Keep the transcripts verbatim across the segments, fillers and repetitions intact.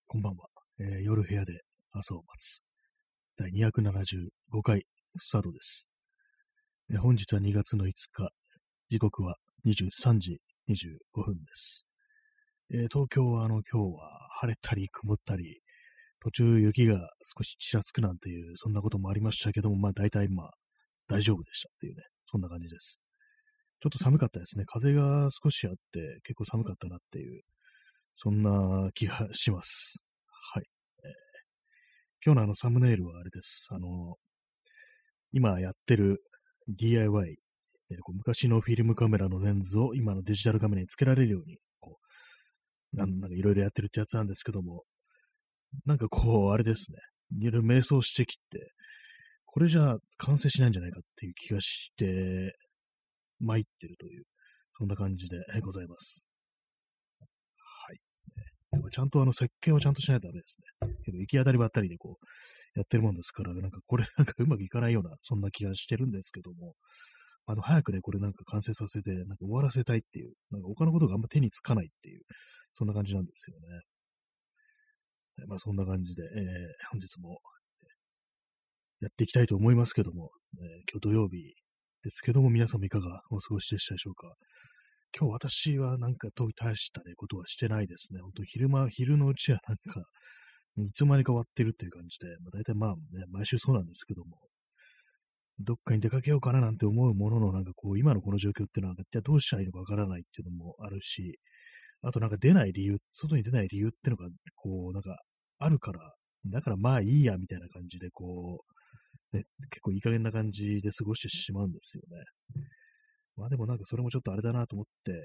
こんばんは、えー夜部屋で朝を待つ。だいにひゃくななじゅうごかいスタートです。えー本日はにがつのいつか、時刻はにじゅうさんじにじゅうごふんです。えー東京はあの今日は晴れたり曇ったり、途中雪が少しちらつくなんていう、そんなこともありましたけども、まあ大体まあ大丈夫でしたっていうね、そんな感じです。ちょっと寒かったですね。風が少しあって結構寒かったなっていう、そんな気がします。はい。えー今日のあのサムネイルはあれです。あの、今やってる ディーアイワイ、えーこう昔のフィルムカメラのレンズを今のデジタルカメラにつけられるように、こう、なんなんかいろいろやってるってやつなんですけども、なんかこう、あれですね。いろいろ迷走してきて、これじゃあ完成しないんじゃないかっていう気がして、参ってるという、そんな感じでえーございます。はい。やっぱちゃんとあの設計をちゃんとしないとダメですね。けど行き当たりばったりでこう、やってるもんですから、なんかこれなんかうまくいかないような、そんな気がしてるんですけども、あの、早くね、これなんか完成させて、なんか終わらせたいっていう、なんか他のことがあんま手につかないっていう、そんな感じなんですよね。えまあそんな感じで、えー本日もやっていきたいと思いますけども、えー今日土曜日ですけども、皆さんもいかがお過ごしでしたでしょうか。今日私はなんか大したね、ことはしてないですね。本当昼間、昼のうちはなんか、いつまにか終わってるっていう感じで、まあ、大体まあね、毎週そうなんですけども、どっかに出かけようかななんて思うものの、なんかこう、今のこの状況っていうのは、一体どうしたらいいのかわからないっていうのもあるし、あとなんか出ない理由、外に出ない理由っていうのが、こう、なんかあるから、だからまあいいや、みたいな感じで、こう、ね、結構いい加減な感じで過ごしてしまうんですよね。まあでもなんかそれもちょっとあれだなと思って、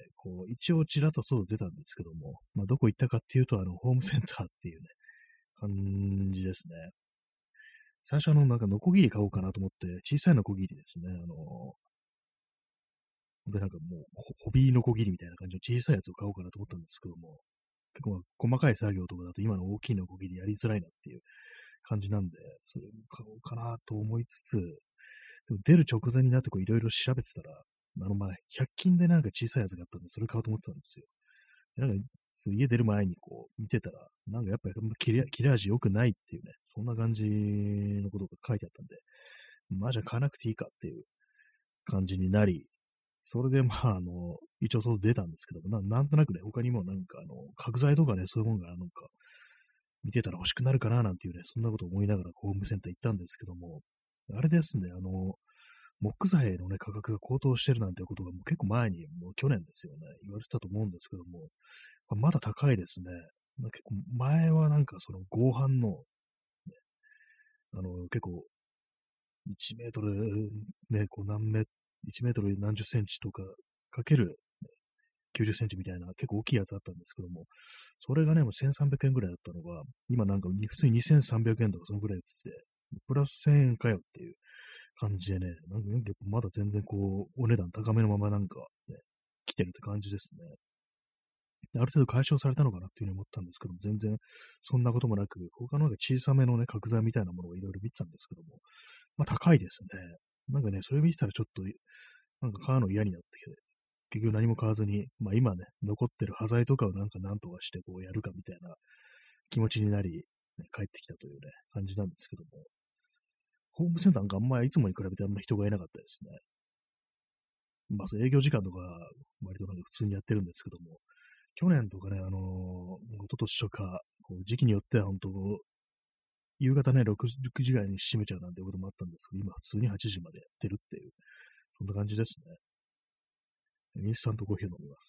こう、一応ちらっと外出たんですけども、まあどこ行ったかっていうと、あの、ホームセンターっていうね、感じですね。最初あの、なんかノコギリ買おうかなと思って、小さいノコギリですね。あの、で、なんかもう、ホホビーノコギリみたいな感じの小さいやつを買おうかなと思ったんですけども、結構まあ細かい作業とかだと今の大きいノコギリやりづらいなっていう感じなんで、それを買おうかなと思いつつ、でも出る直前になってこういろいろ調べてたら、あのまあ、ひゃく均でなんか小さいやつがあったんで、それ買おうと思ってたんですよ。でなんか、そう家出る前にこう見てたら、なんかやっぱり切れ切れ味良くないっていうね、そんな感じのことが書いてあったんで、まあじゃあ買わなくていいかっていう感じになり、それで、まあ、あの、一応そう出たんですけども、ななんとなくね、他にもなんか、あの、角材とかね、そういうものが、なんか、見てたら欲しくなるかな、なんていうね、そんなことを思いながら、ホームセンター行ったんですけども、あれですね、あの、木材のね、価格が高騰してるなんていうことがもう結構前に、もう去年ですよね、言われてたと思うんですけども、まあまだ高いですね。まあ結構前はなんかその合板の、あの、結構いちメートルね、こう何メ、いちメートル何十センチとかかけるきゅうじゅっセンチみたいな結構大きいやつあったんですけども、それがね、もうせんさんびゃくえんぐらいだったのが、今なんか普通ににせんさんびゃくえんとかそのぐらいでて、プラスせんえんかよっていう感じでね、なんか結構まだ全然こう、お値段高めのままなんかね、来てるって感じですね。ある程度解消されたのかなっていうふうに思ったんですけども、全然そんなこともなく、他のなんか小さめのね、角材みたいなものをいろいろ見てたんですけども、まあ高いですね。なんかね、それ見てたらちょっと、なんか買うの嫌になってきて、結局何も買わずに、まあ今ね、残ってる端材とかをなんか何とかしてこうやるかみたいな気持ちになり、ね、帰ってきたというね、感じなんですけども、ホームセンターなんかあんまりいつもに比べてあんま人がいなかったですね。まあそう営業時間とか割となんか普通にやってるんですけども、去年とかね、あのー、一昨年とか、こう時期によっては本当、夕方ね、ろくじ時ぐらいに閉めちゃうなんてこともあったんですけど、今普通にはちじまでやってるっていう、そんな感じですね。インスタントコーヒーを飲みます。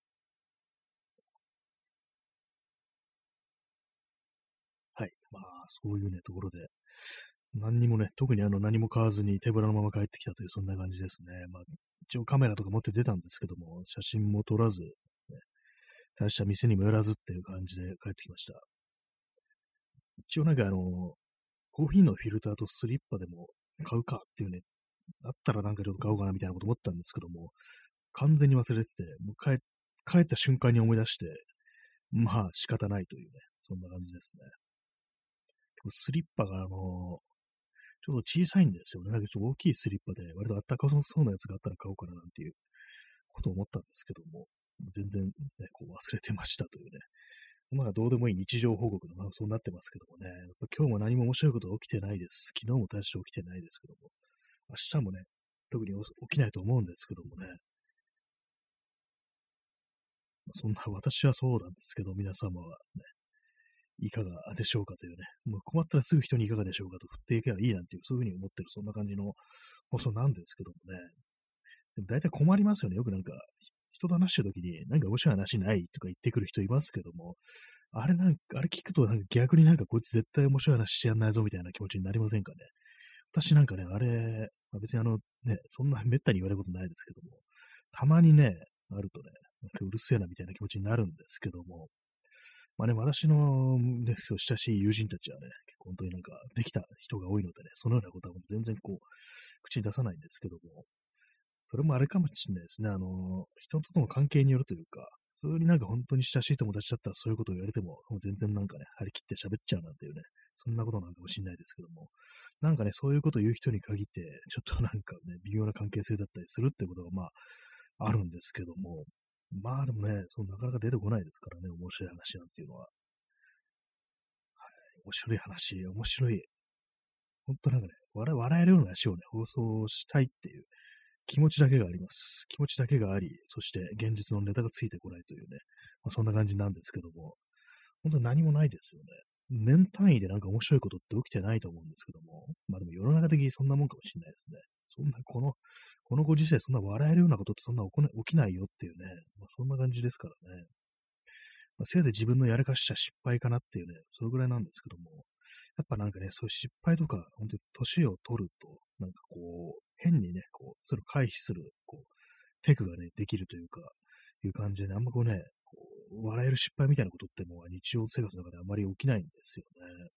はい。まあ、そういうね、ところで、何にもね、特にあの何も買わずに手ぶらのまま帰ってきたという、そんな感じですね。まあ、一応カメラとか持って出たんですけども、写真も撮らず、ね、大した店にも寄らずっていう感じで帰ってきました。一応なんかあの、コーヒーのフィルターとスリッパでも買うかっていうね、あったらなんかちょっと買おうかなみたいなこと思ったんですけども、完全に忘れてて、もう帰帰った瞬間に思い出して、まあ仕方ないというね、そんな感じですね。スリッパがあの、ちょっと小さいんですよね。なんかちょっと大きいスリッパで、割とあったかそうなやつがあったら買おうかななんていうことを思ったんですけども、全然ね、こう忘れてましたというね、 なんかどうでもいい日常報告の、まあ、そうなってますけどもね、やっぱ今日も何も面白いことは起きてないです。昨日も大して起きてないですけども、明日もね、特に起きないと思うんですけどもね、まあ、そんな私はそうなんですけど、皆様はね、いかがでしょうかというね、もう困ったらすぐ人にいかがでしょうかと振っていけばいいなんていう、そういうふうに思ってる、そんな感じの放送なんですけどもね。でも大体困りますよね。よくなんか、人と話してるときに、なんか面白い話ないとか言ってくる人いますけども、あれなんか、あれ聞くとなんか逆になんかこいつ絶対面白い話してやんないぞみたいな気持ちになりませんかね。私なんかね、あれ、まあ、別にあのね、そんな滅多に言われることないですけども、たまにね、あるとね、なんかうるせえなみたいな気持ちになるんですけども、まあね、私の、ね、親しい友人たちはね、結構本当になんかできた人が多いのでね、そのようなことは全然こう、口に出さないんですけども、それもあれかもしれないですね。あの、人との関係によるというか、普通になんか本当に親しい友達だったらそういうことを言われても、もう全然なんかね、張り切って喋っちゃうなんていうね、そんなことなんかもしれないですけども、なんかね、そういうことを言う人に限って、ちょっとなんかね、微妙な関係性だったりするってことがまあ、あるんですけども、まあでもね、そのなかなか出てこないですからね、面白い話なんていうのは。面白い話、面白い、本当なんかね、笑笑えるような話をね、放送したいっていう気持ちだけがあります。気持ちだけがあり、そして現実のネタがついてこないというね、まあ、そんな感じなんですけども、本当に何もないですよね。年単位でなんか面白いことって起きてないと思うんですけども、まあでも世の中的にそんなもんかもしれないですね。そんな、この、このご時世そんな笑えるようなことってそんな起こな起きないよっていうね、まあそんな感じですからね。まあ、せいぜい自分のやらかした失敗かなっていうね、それぐらいなんですけども、やっぱなんかね、そういう失敗とか、本当に年を取ると、なんかこう、変にね、こう、それを回避する、こう、テクがね、できるというか、いう感じでね、あんまこうね、こう、笑える失敗みたいなことってもう日常生活の中であまり起きないんですよね。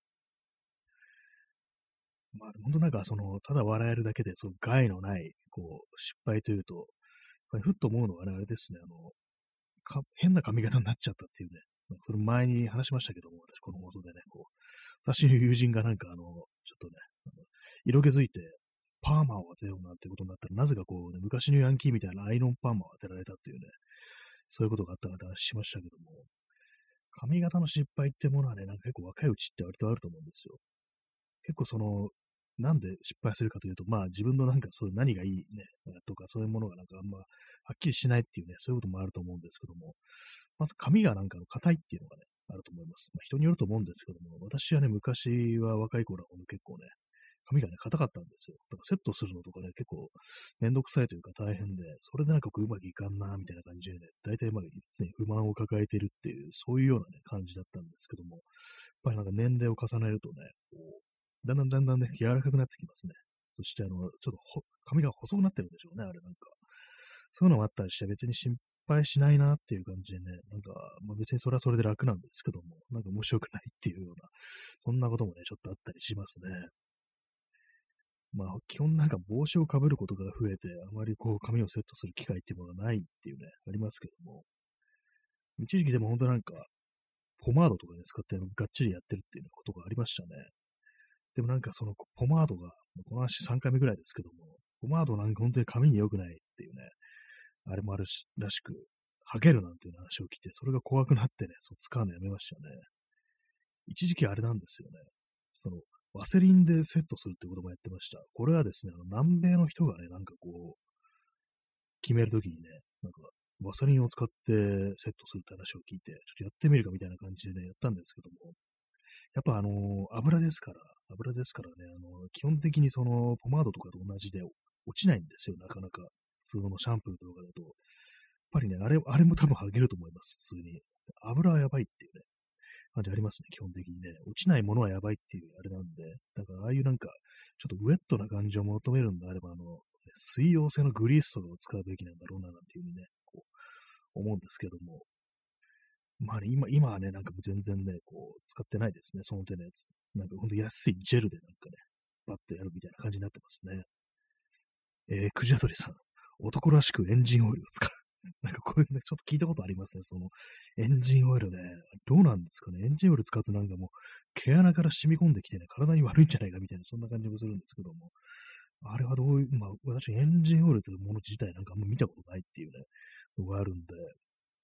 まあ、本当なんかその、ただ笑えるだけで、その害のない、こう、失敗というと、ふっと思うのはね、あれですね、あの、か変な髪型になっちゃったっていうね、まあそれ前に話しましたけども、私この放送でね、こう、私の友人がなんかあの、ちょっとね、あの色気づいて、パーマを当てようなんてことになったら、なぜかこうね、昔のヤンキーみたいなアイロンパーマを当てられたっていうね、そういうことがあったなんて話しましたけども、髪型の失敗ってものはね、なんか結構若いうちって割とあると思うんですよ。結構その、なんで失敗するかというと、まあ自分のなんかそういう何がいいね、とかそういうものがなんかあんまはっきりしないっていうね、そういうこともあると思うんですけども、まず髪がなんか硬いっていうのがね、あると思います。まあ、人によると思うんですけども、私はね、昔は若い頃は結構ね、髪がね、硬かったんですよ。だからセットするのとかね、結構めんどくさいというか大変で、それでなんかこううまくいかんな、みたいな感じでね、大体まあ常に不満を抱えているっていう、そういうようなね、感じだったんですけども、やっぱりなんか年齢を重ねるとね、こう、だんだんだんだんね、柔らかくなってきますね。そしてあの、ちょっとほ髪が細くなってるんでしょうね、あれなんか。そういうのもあったりして、別に心配しないなっていう感じでね、なんか、まあ、別にそれはそれで楽なんですけども、なんか面白くないっていうような、そんなこともね、ちょっとあったりしますね。まあ、基本なんか帽子をかぶることが増えて、あまりこう髪をセットする機会っていうものがないっていうね、ありますけども、一時期でも本当なんか、ポマードとかね、使ってがっちりやってるっていうことがありましたね。でもなんかそのポマードが、この話さんかいめぐらいですけども、ポマードなんか本当に髪に良くないっていうね、あれもあるし、らしく、ハゲるなんていう話を聞いて、それが怖くなってね、そう使うのやめましたね。一時期あれなんですよね。その、ワセリンでセットするってこともやってました。これはですね、あの南米の人がね、なんかこう、決めるときにね、なんか、ワセリンを使ってセットするって話を聞いて、ちょっとやってみるかみたいな感じでね、やったんですけども、やっぱあのー油ですから、油ですからね、あのー基本的にその、ポマードとかと同じで落ちないんですよ、なかなか。普通のシャンプーとかだと。やっぱりね、あれ、あれも多分剥げると思います、普通に。油はやばいっていうね、感じありますね、基本的にね。落ちないものはやばいっていうあれなんで、だからああいうなんか、ちょっとウェットな感じを求めるんであれば、あの、水溶性のグリースとかを使うべきなんだろうな、なんていうふうにね、こう、思うんですけども。まあね、今、今はね、なんかもう全然ね、こう、使ってないですね、その手のやつ。なんかほんと安いジェルでなんかね、バッとやるみたいな感じになってますね。えー、クジャドリさん。男らしくエンジンオイルを使う。なんかこういうね、ちょっと聞いたことありますね。その、エンジンオイルね。どうなんですかね。エンジンオイル使うとなんかもう、毛穴から染み込んできてね、体に悪いんじゃないかみたいな、そんな感じもするんですけども。あれはどういう、まあ、私、エンジンオイルというもの自体なんかあんま見たことないっていうね、のがあるんで、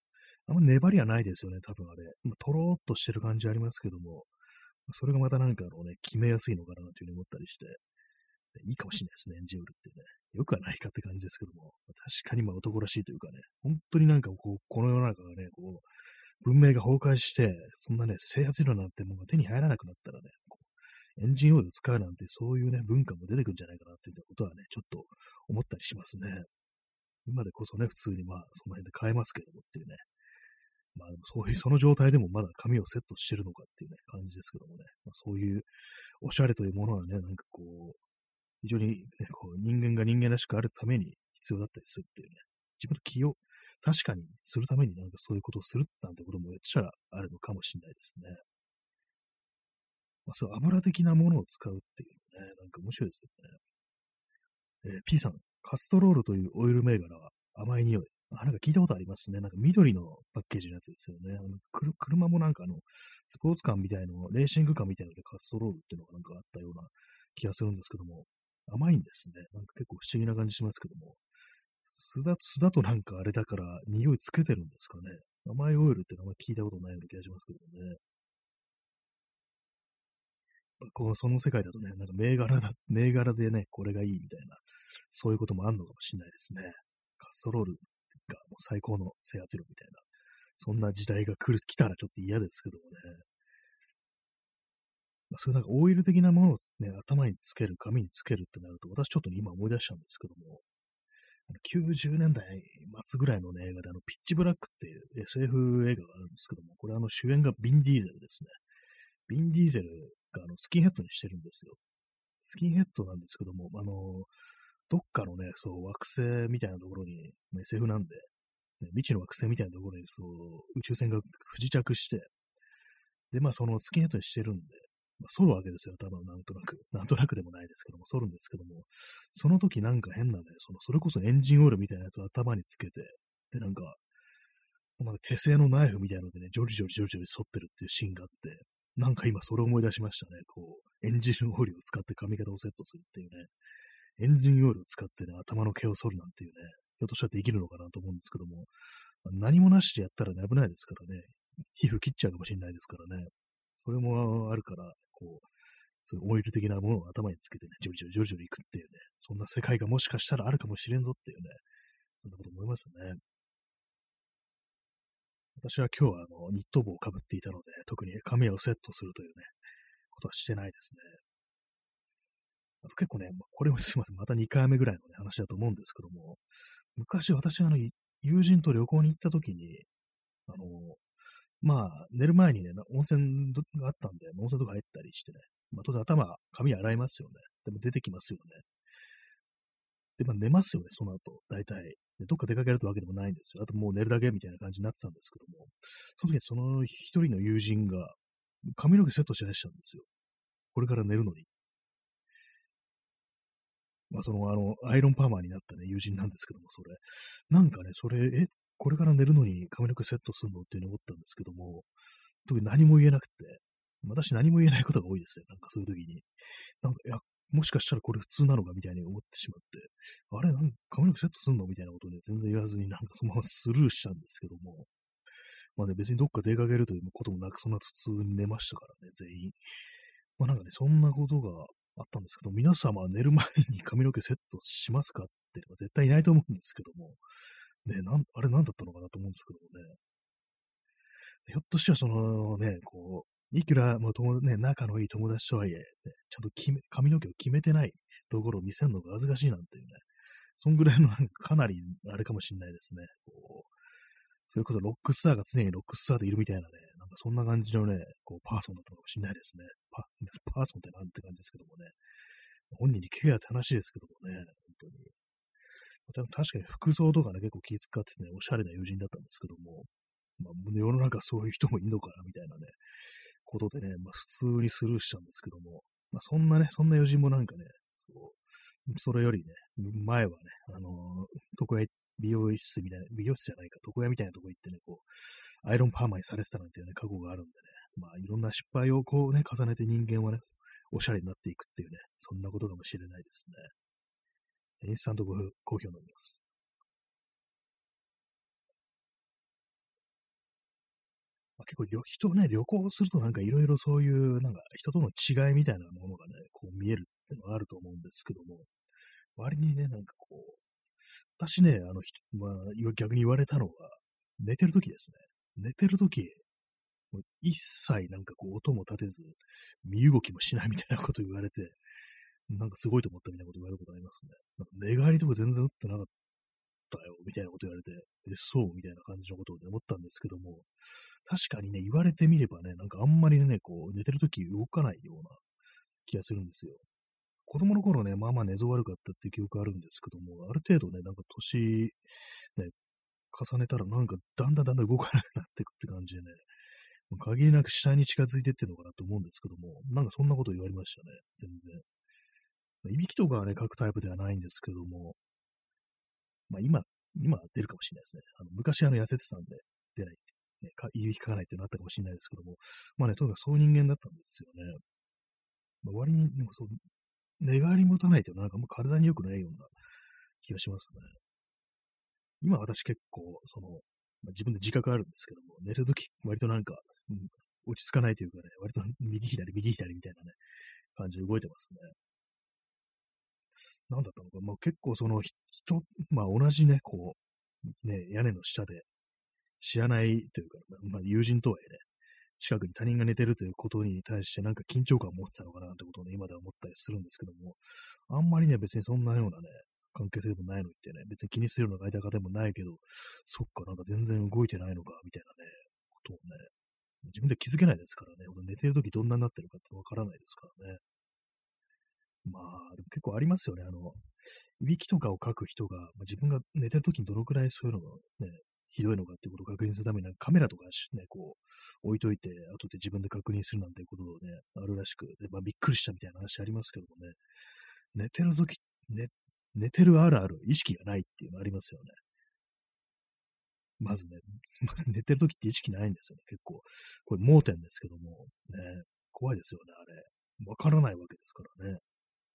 あんま粘りはないですよね、多分あれ。まあとろーっとしてる感じありますけども、それがまたなんかあのね、決めやすいのかなというふうに思ったりして、いいかもしれないですね、エンジンオイルってね。よくはないかって感じですけども、確かにまあ男らしいというかね、本当になんかこう、この世の中がね、こう、文明が崩壊して、そんなね、整髪料なんてものが手に入らなくなったらね、こうエンジンオイルを使うなんて、そういうね、文化も出てくるんじゃないかなっていうことはね、ちょっと思ったりしますね。今でこそね、普通にまあ、その辺で買えますけどもっていうね。まあ、でもそういう、その状態でもまだ髪をセットしてるのかっていうね、感じですけどもね。まあ、そういうおしゃれというものはね、なんかこう、非常に、ね、こう人間が人間らしくあるために必要だったりするっていうね。自分の気を確かにするためになんかそういうことをするなんてことも言っちゃあるのかもしれないですね。まあ、そう油的なものを使うっていうのね、なんか面白いですよね。えー P さん、カストロールというオイル銘柄は甘い匂い。あ、なんか聞いたことありますね。なんか緑のパッケージのやつですよね。あのくる車もなんかあの、スポーツカーみたいの、レーシングカーみたいのでカストロールっていうのがなんかあったような気がするんですけども、甘いんですね。なんか結構不思議な感じしますけども。酢だ、酢だとなんかあれだから匂いつけてるんですかね。甘いオイルってのはあんまり聞いたことないような気がしますけどもね。こう、その世界だとね、なんか銘柄だ、銘柄でね、これがいいみたいな、そういうこともあるのかもしれないですね。カストロールがもう最高の制圧力みたいな、そんな時代が来る、来たらちょっと嫌ですけどもね。まあ、そういうなんかオイル的なものをね、頭につける、髪につけるってなると、私ちょっと今思い出したんですけども、あのきゅうじゅうねんだい末ぐらいの、ね、映画で、あの、ピッチブラックっていう エスエフ 映画があるんですけども、これあの主演がビン・ディーゼルですね。ビン・ディーゼルがあのスキンヘッドにしてるんですよ。スキンヘッドなんですけども、あの、どっかのね、そう、惑星みたいなところに、エスエフ なんで、ね、未知の惑星みたいなところに、そう、宇宙船が不時着して、で、まあ、そのスキンヘッドにしてるんで、まあ、剃るわけですよ、多分なんとなく。なんとなくでもないですけども、剃るんですけども、その時なんか変なね、その、それこそエンジンオイルみたいなやつを頭につけて、で、なんか、なんか手製のナイフみたいなのでね、ジョリジョリジョリジョリ剃ってるっていうシーンがあって、なんか今それを思い出しましたね。こう、エンジンオイルを使って髪型をセットするっていうね。エンジンオイルを使ってね、頭の毛を剃るなんていうね、ひょっとしたらできるのかなと思うんですけども、何もなしでやったらね、危ないですからね、皮膚切っちゃうかもしれないですからね、それもあるから、こう、そういうオイル的なものを頭につけてね、ジョリジョリジョリジョリいくっていうね、そんな世界がもしかしたらあるかもしれんぞっていうね、そんなこと思いますね。私は今日はあのニット帽をかぶっていたので、特に髪をセットするというね、ことはしてないですね。あと結構ね、これもすいません、またにかいめぐらいの、ね、話だと思うんですけども、昔私があの友人と旅行に行った時に、あの、まあ、寝る前にね、温泉があったんで、温泉とか入ったりしてね、まあ、当然頭、髪洗いますよね。でも出てきますよね。で、まあ、寝ますよね、その後、大体。でどっか出かけるってわけでもないんですよ。あともう寝るだけみたいな感じになってたんですけども、その時にその一人の友人が髪の毛セットしだしたんですよ。これから寝るのに。まあ、その、あの、アイロンパーマーになったね、友人なんですけども、それ。なんかね、それ、え、これから寝るのに髪の毛セットするのっていうふうに思ったんですけども、特に何も言えなくて、私何も言えないことが多いですよ。なんかそういう時に。なんか、いや、もしかしたらこれ普通なのかみたいに思ってしまって、あれ、なんか髪の毛セットすんのみたいなことね、全然言わずになんかそのままスルーしたんですけども、まあね、別にどっか出かけるということもなく、その後普通に寝ましたからね、全員。まあなんかね、そんなことがあったんですけど、皆様寝る前に髪の毛セットしますかっていうのは絶対いないと思うんですけども、ね、なん、あれ何だったのかなと思うんですけどもね、ひょっとしたらそのね、こう、いくらもう友、ね、仲のいい友達とはいえ、ね、ちゃんと決め髪の毛を決めてないところを見せるのが恥ずかしいなんていうね、そんぐらいのなんかかなりあれかもしれないですね。こうそれこそロックスターが常にロックスターでいるみたいなね、なんかそんな感じのね、こうパーソンだったのかもしれないですね。パ、パーソンってなんて感じですけどもね。本人に聞けやって話ですけどもね、本当に。でも確かに服装とかね、結構気遣っててね、おしゃれな友人だったんですけども、まあ、世の中そういう人もいるのかな、みたいなね、ことでね、まあ、普通にスルーしちゃうんですけども、まあ、そんなね、そんな友人もなんかね、そう、それよりね、前はね、あのー、床屋、美容室みたいな、美容室じゃないか、床屋みたいなとこ行ってね、こう、アイロンパーマにされてたなんていうね、過去があるんでね、まあ、いろんな失敗をこうね、重ねて人間はね、おしゃれになっていくっていうね、そんなことかもしれないですね。インスタントコーヒーを飲みます。 結構旅人ね、旅行するとなんかいろいろそういう、なんか人との違いみたいなものがね、こう見えるっていうのがあると思うんですけども、割にね、なんかこう、私ね、あの、ひまあ、逆に言われたのが、寝てるときですね。寝てるとき、もう一切なんかこう音も立てず、身動きもしないみたいなこと言われて、なんかすごいと思ったみたいなこと言われることありますね。なんか寝返りとか全然打ってなかったよ、みたいなこと言われて、え、そうみたいな感じのことを、ね、思ったんですけども、確かにね、言われてみればね、なんかあんまりね、こう、寝てるとき動かないような気がするんですよ。子供の頃ね、まあまあ寝相悪かったっていう記憶あるんですけども、ある程度ね、なんか年、ね、重ねたらなんかだんだんだんだん動かなくなっていくって感じでね、限りなく下に近づいてってるのかなと思うんですけども、なんかそんなこと言われましたね、全然。いびきとかはね、書くタイプではないんですけども、まあ今、今は出るかもしれないですね。あの昔あの痩せてたんで、出ないって、ね、かいびきかかないっていうのあったかもしれないですけども、まあね、とにかくそういう人間だったんですよね。まあ、割に、なんかそう、寝返りも打たないとなんかもう体に良くないような気がしますね。今私結構、その、まあ、自分で自覚あるんですけども、寝るとき割となんか、うん、落ち着かないというかね、割と右左右左みたいなね、感じで動いてますね。なんだったのか、まあ、結構その人、まあ同じね、こう、ね、屋根の下で知らないというか、まあ友人とはいえね、近くに他人が寝てるということに対してなんか緊張感を持ってたのかなってことをね、今では思ったりするんですけども、あんまりね、別にそんなようなね、関係性でもないのってね、別に気にするような間柄でもないけど、そっか、なんか全然動いてないのか、みたいなね、ことをね、自分で気づけないですからね、寝てるときどんなになってるかってわからないですからね。まあ、でも結構ありますよね。あの、いびきとかを書く人が、まあ、自分が寝てるときにどのくらいそういうのがね、ひどいのかっていうことを確認するために、なんかカメラとかね、こう、置いといて、後で自分で確認するなんていうことをね、あるらしく、でまあ、びっくりしたみたいな話ありますけどもね、寝てるとき、寝、寝てるあるある、意識がないっていうのありますよね。まずね、まず寝てるときって意識ないんですよね、結構。これ盲点ですけども、ね、怖いですよね、あれ。わからないわけですからね。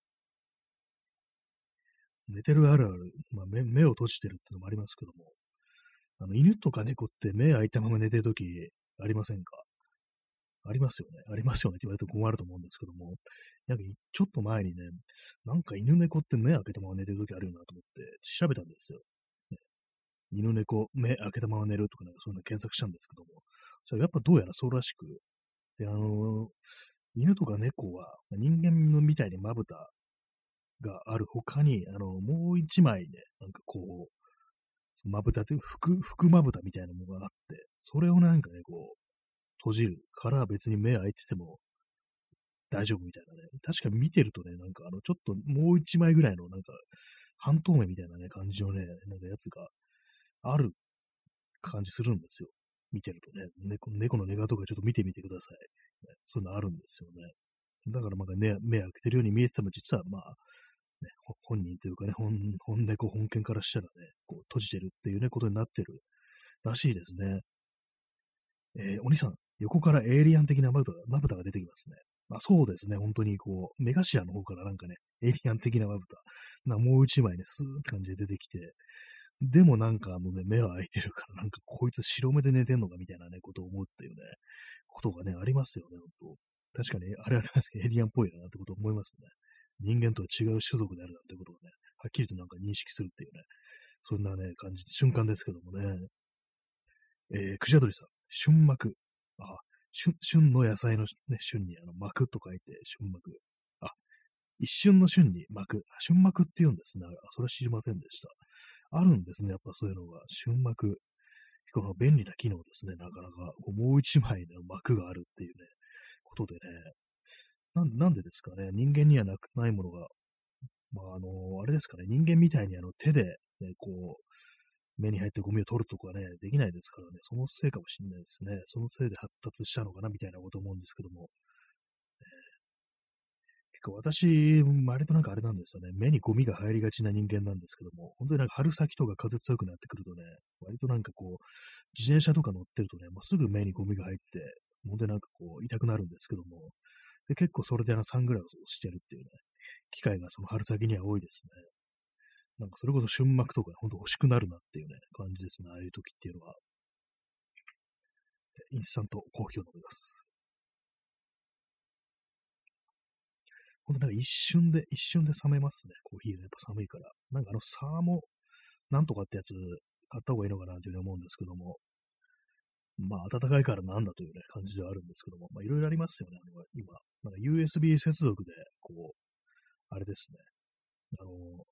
寝てるあるある、まあ、目目を閉じてるっていうのもありますけども、あの、犬とか猫って目開いたまま寝てるときありませんか？ありますよね。ありますよねって言われると困ると思うんですけども、なんかちょっと前にね、なんか犬猫って目開けたまま寝てるときあるよなと思って調べたんですよ。ね、犬猫目開けたまま寝るとかなんかそういうの検索したんですけども、それやっぱどうやらそうらしく、で、あの犬とか猫は人間のみたいにまぶたがある他に、あの、もう一枚ね、なんかこう、まぶたという、服、服まぶたみたいなものがあって、それをなんかね、こう、閉じるから別に目開いてても大丈夫みたいなね。確かに見てるとね、なんかあの、ちょっともう一枚ぐらいのなんか、半透明みたいなね、感じのね、なんかやつがある感じするんですよ。見てるとね、猫猫の寝顔とかちょっと見てみてください。ね、そういうのあるんですよね。だからまあ、ね、目開けてるように見えてても、実はまあ、ね、本人というかね、本、本猫、本犬からしたらね、こう閉じてるっていうね、ことになってるらしいですね。えー、お兄さん、横からエイリアン的なまぶたが、まぶたが出てきますね。まあそうですね、本当にこう、目頭の方からなんかね、エイリアン的なまぶた、なもう一枚ね、スーって感じで出てきて、でもなんかあのね、目は開いてるから、なんかこいつ白目で寝てんのかみたいなね、ことを思うっていうね、ことがね、ありますよね、本当。確かに、あれは確かにエイリアンっぽいなってことを思いますね。人間とは違う種族であるなんてことをね、はっきりとなんか認識するっていうね、そんなね、感じ、瞬間ですけどもね。えー、くじあどりさん、春幕。あ、旬、旬の野菜の、ね、旬にあの幕と書いて、春幕。あ、一瞬の旬に幕。春幕って言うんですね。あ、それは知りませんでした。あるんですね。やっぱそういうのが。春幕。この便利な機能ですね。なかなか。こうもう一枚の幕があるっていうね、ことでね。なん、なんでですかね。人間にはなくないものが、まあ、あの、あれですかね。人間みたいにあの手で、ね、こう、目に入ってゴミを取るとかね、できないですからね、そのせいかもしれないですね。そのせいで発達したのかな、みたいなこと思うんですけども、結構私、割となんかあれなんですよね、目にゴミが入りがちな人間なんですけども、本当になんか春先とか風強くなってくるとね、割となんかこう、自転車とか乗ってるとね、もうすぐ目にゴミが入って、本当になんかこう、痛くなるんですけども、で、結構それであのサングラスをしてるっていうね、機会がその春先には多いですね。なんかそれこそ春幕とか、ほんと欲しくなるなっていうね、感じですね、ああいう時っていうのは。 インスタントコーヒーを飲みます。ほんとなんか一瞬で、一瞬で冷めますね。コーヒーがやっぱ寒いから。なんかあのサーモなんとかってやつ買った方がいいのかなというふうに思うんですけども、まあ暖かいからなんだというね、感じではあるんですけども、まあいろいろありますよね。あの今、なんか ユーエスビー 接続で、こう、あれですね。あの、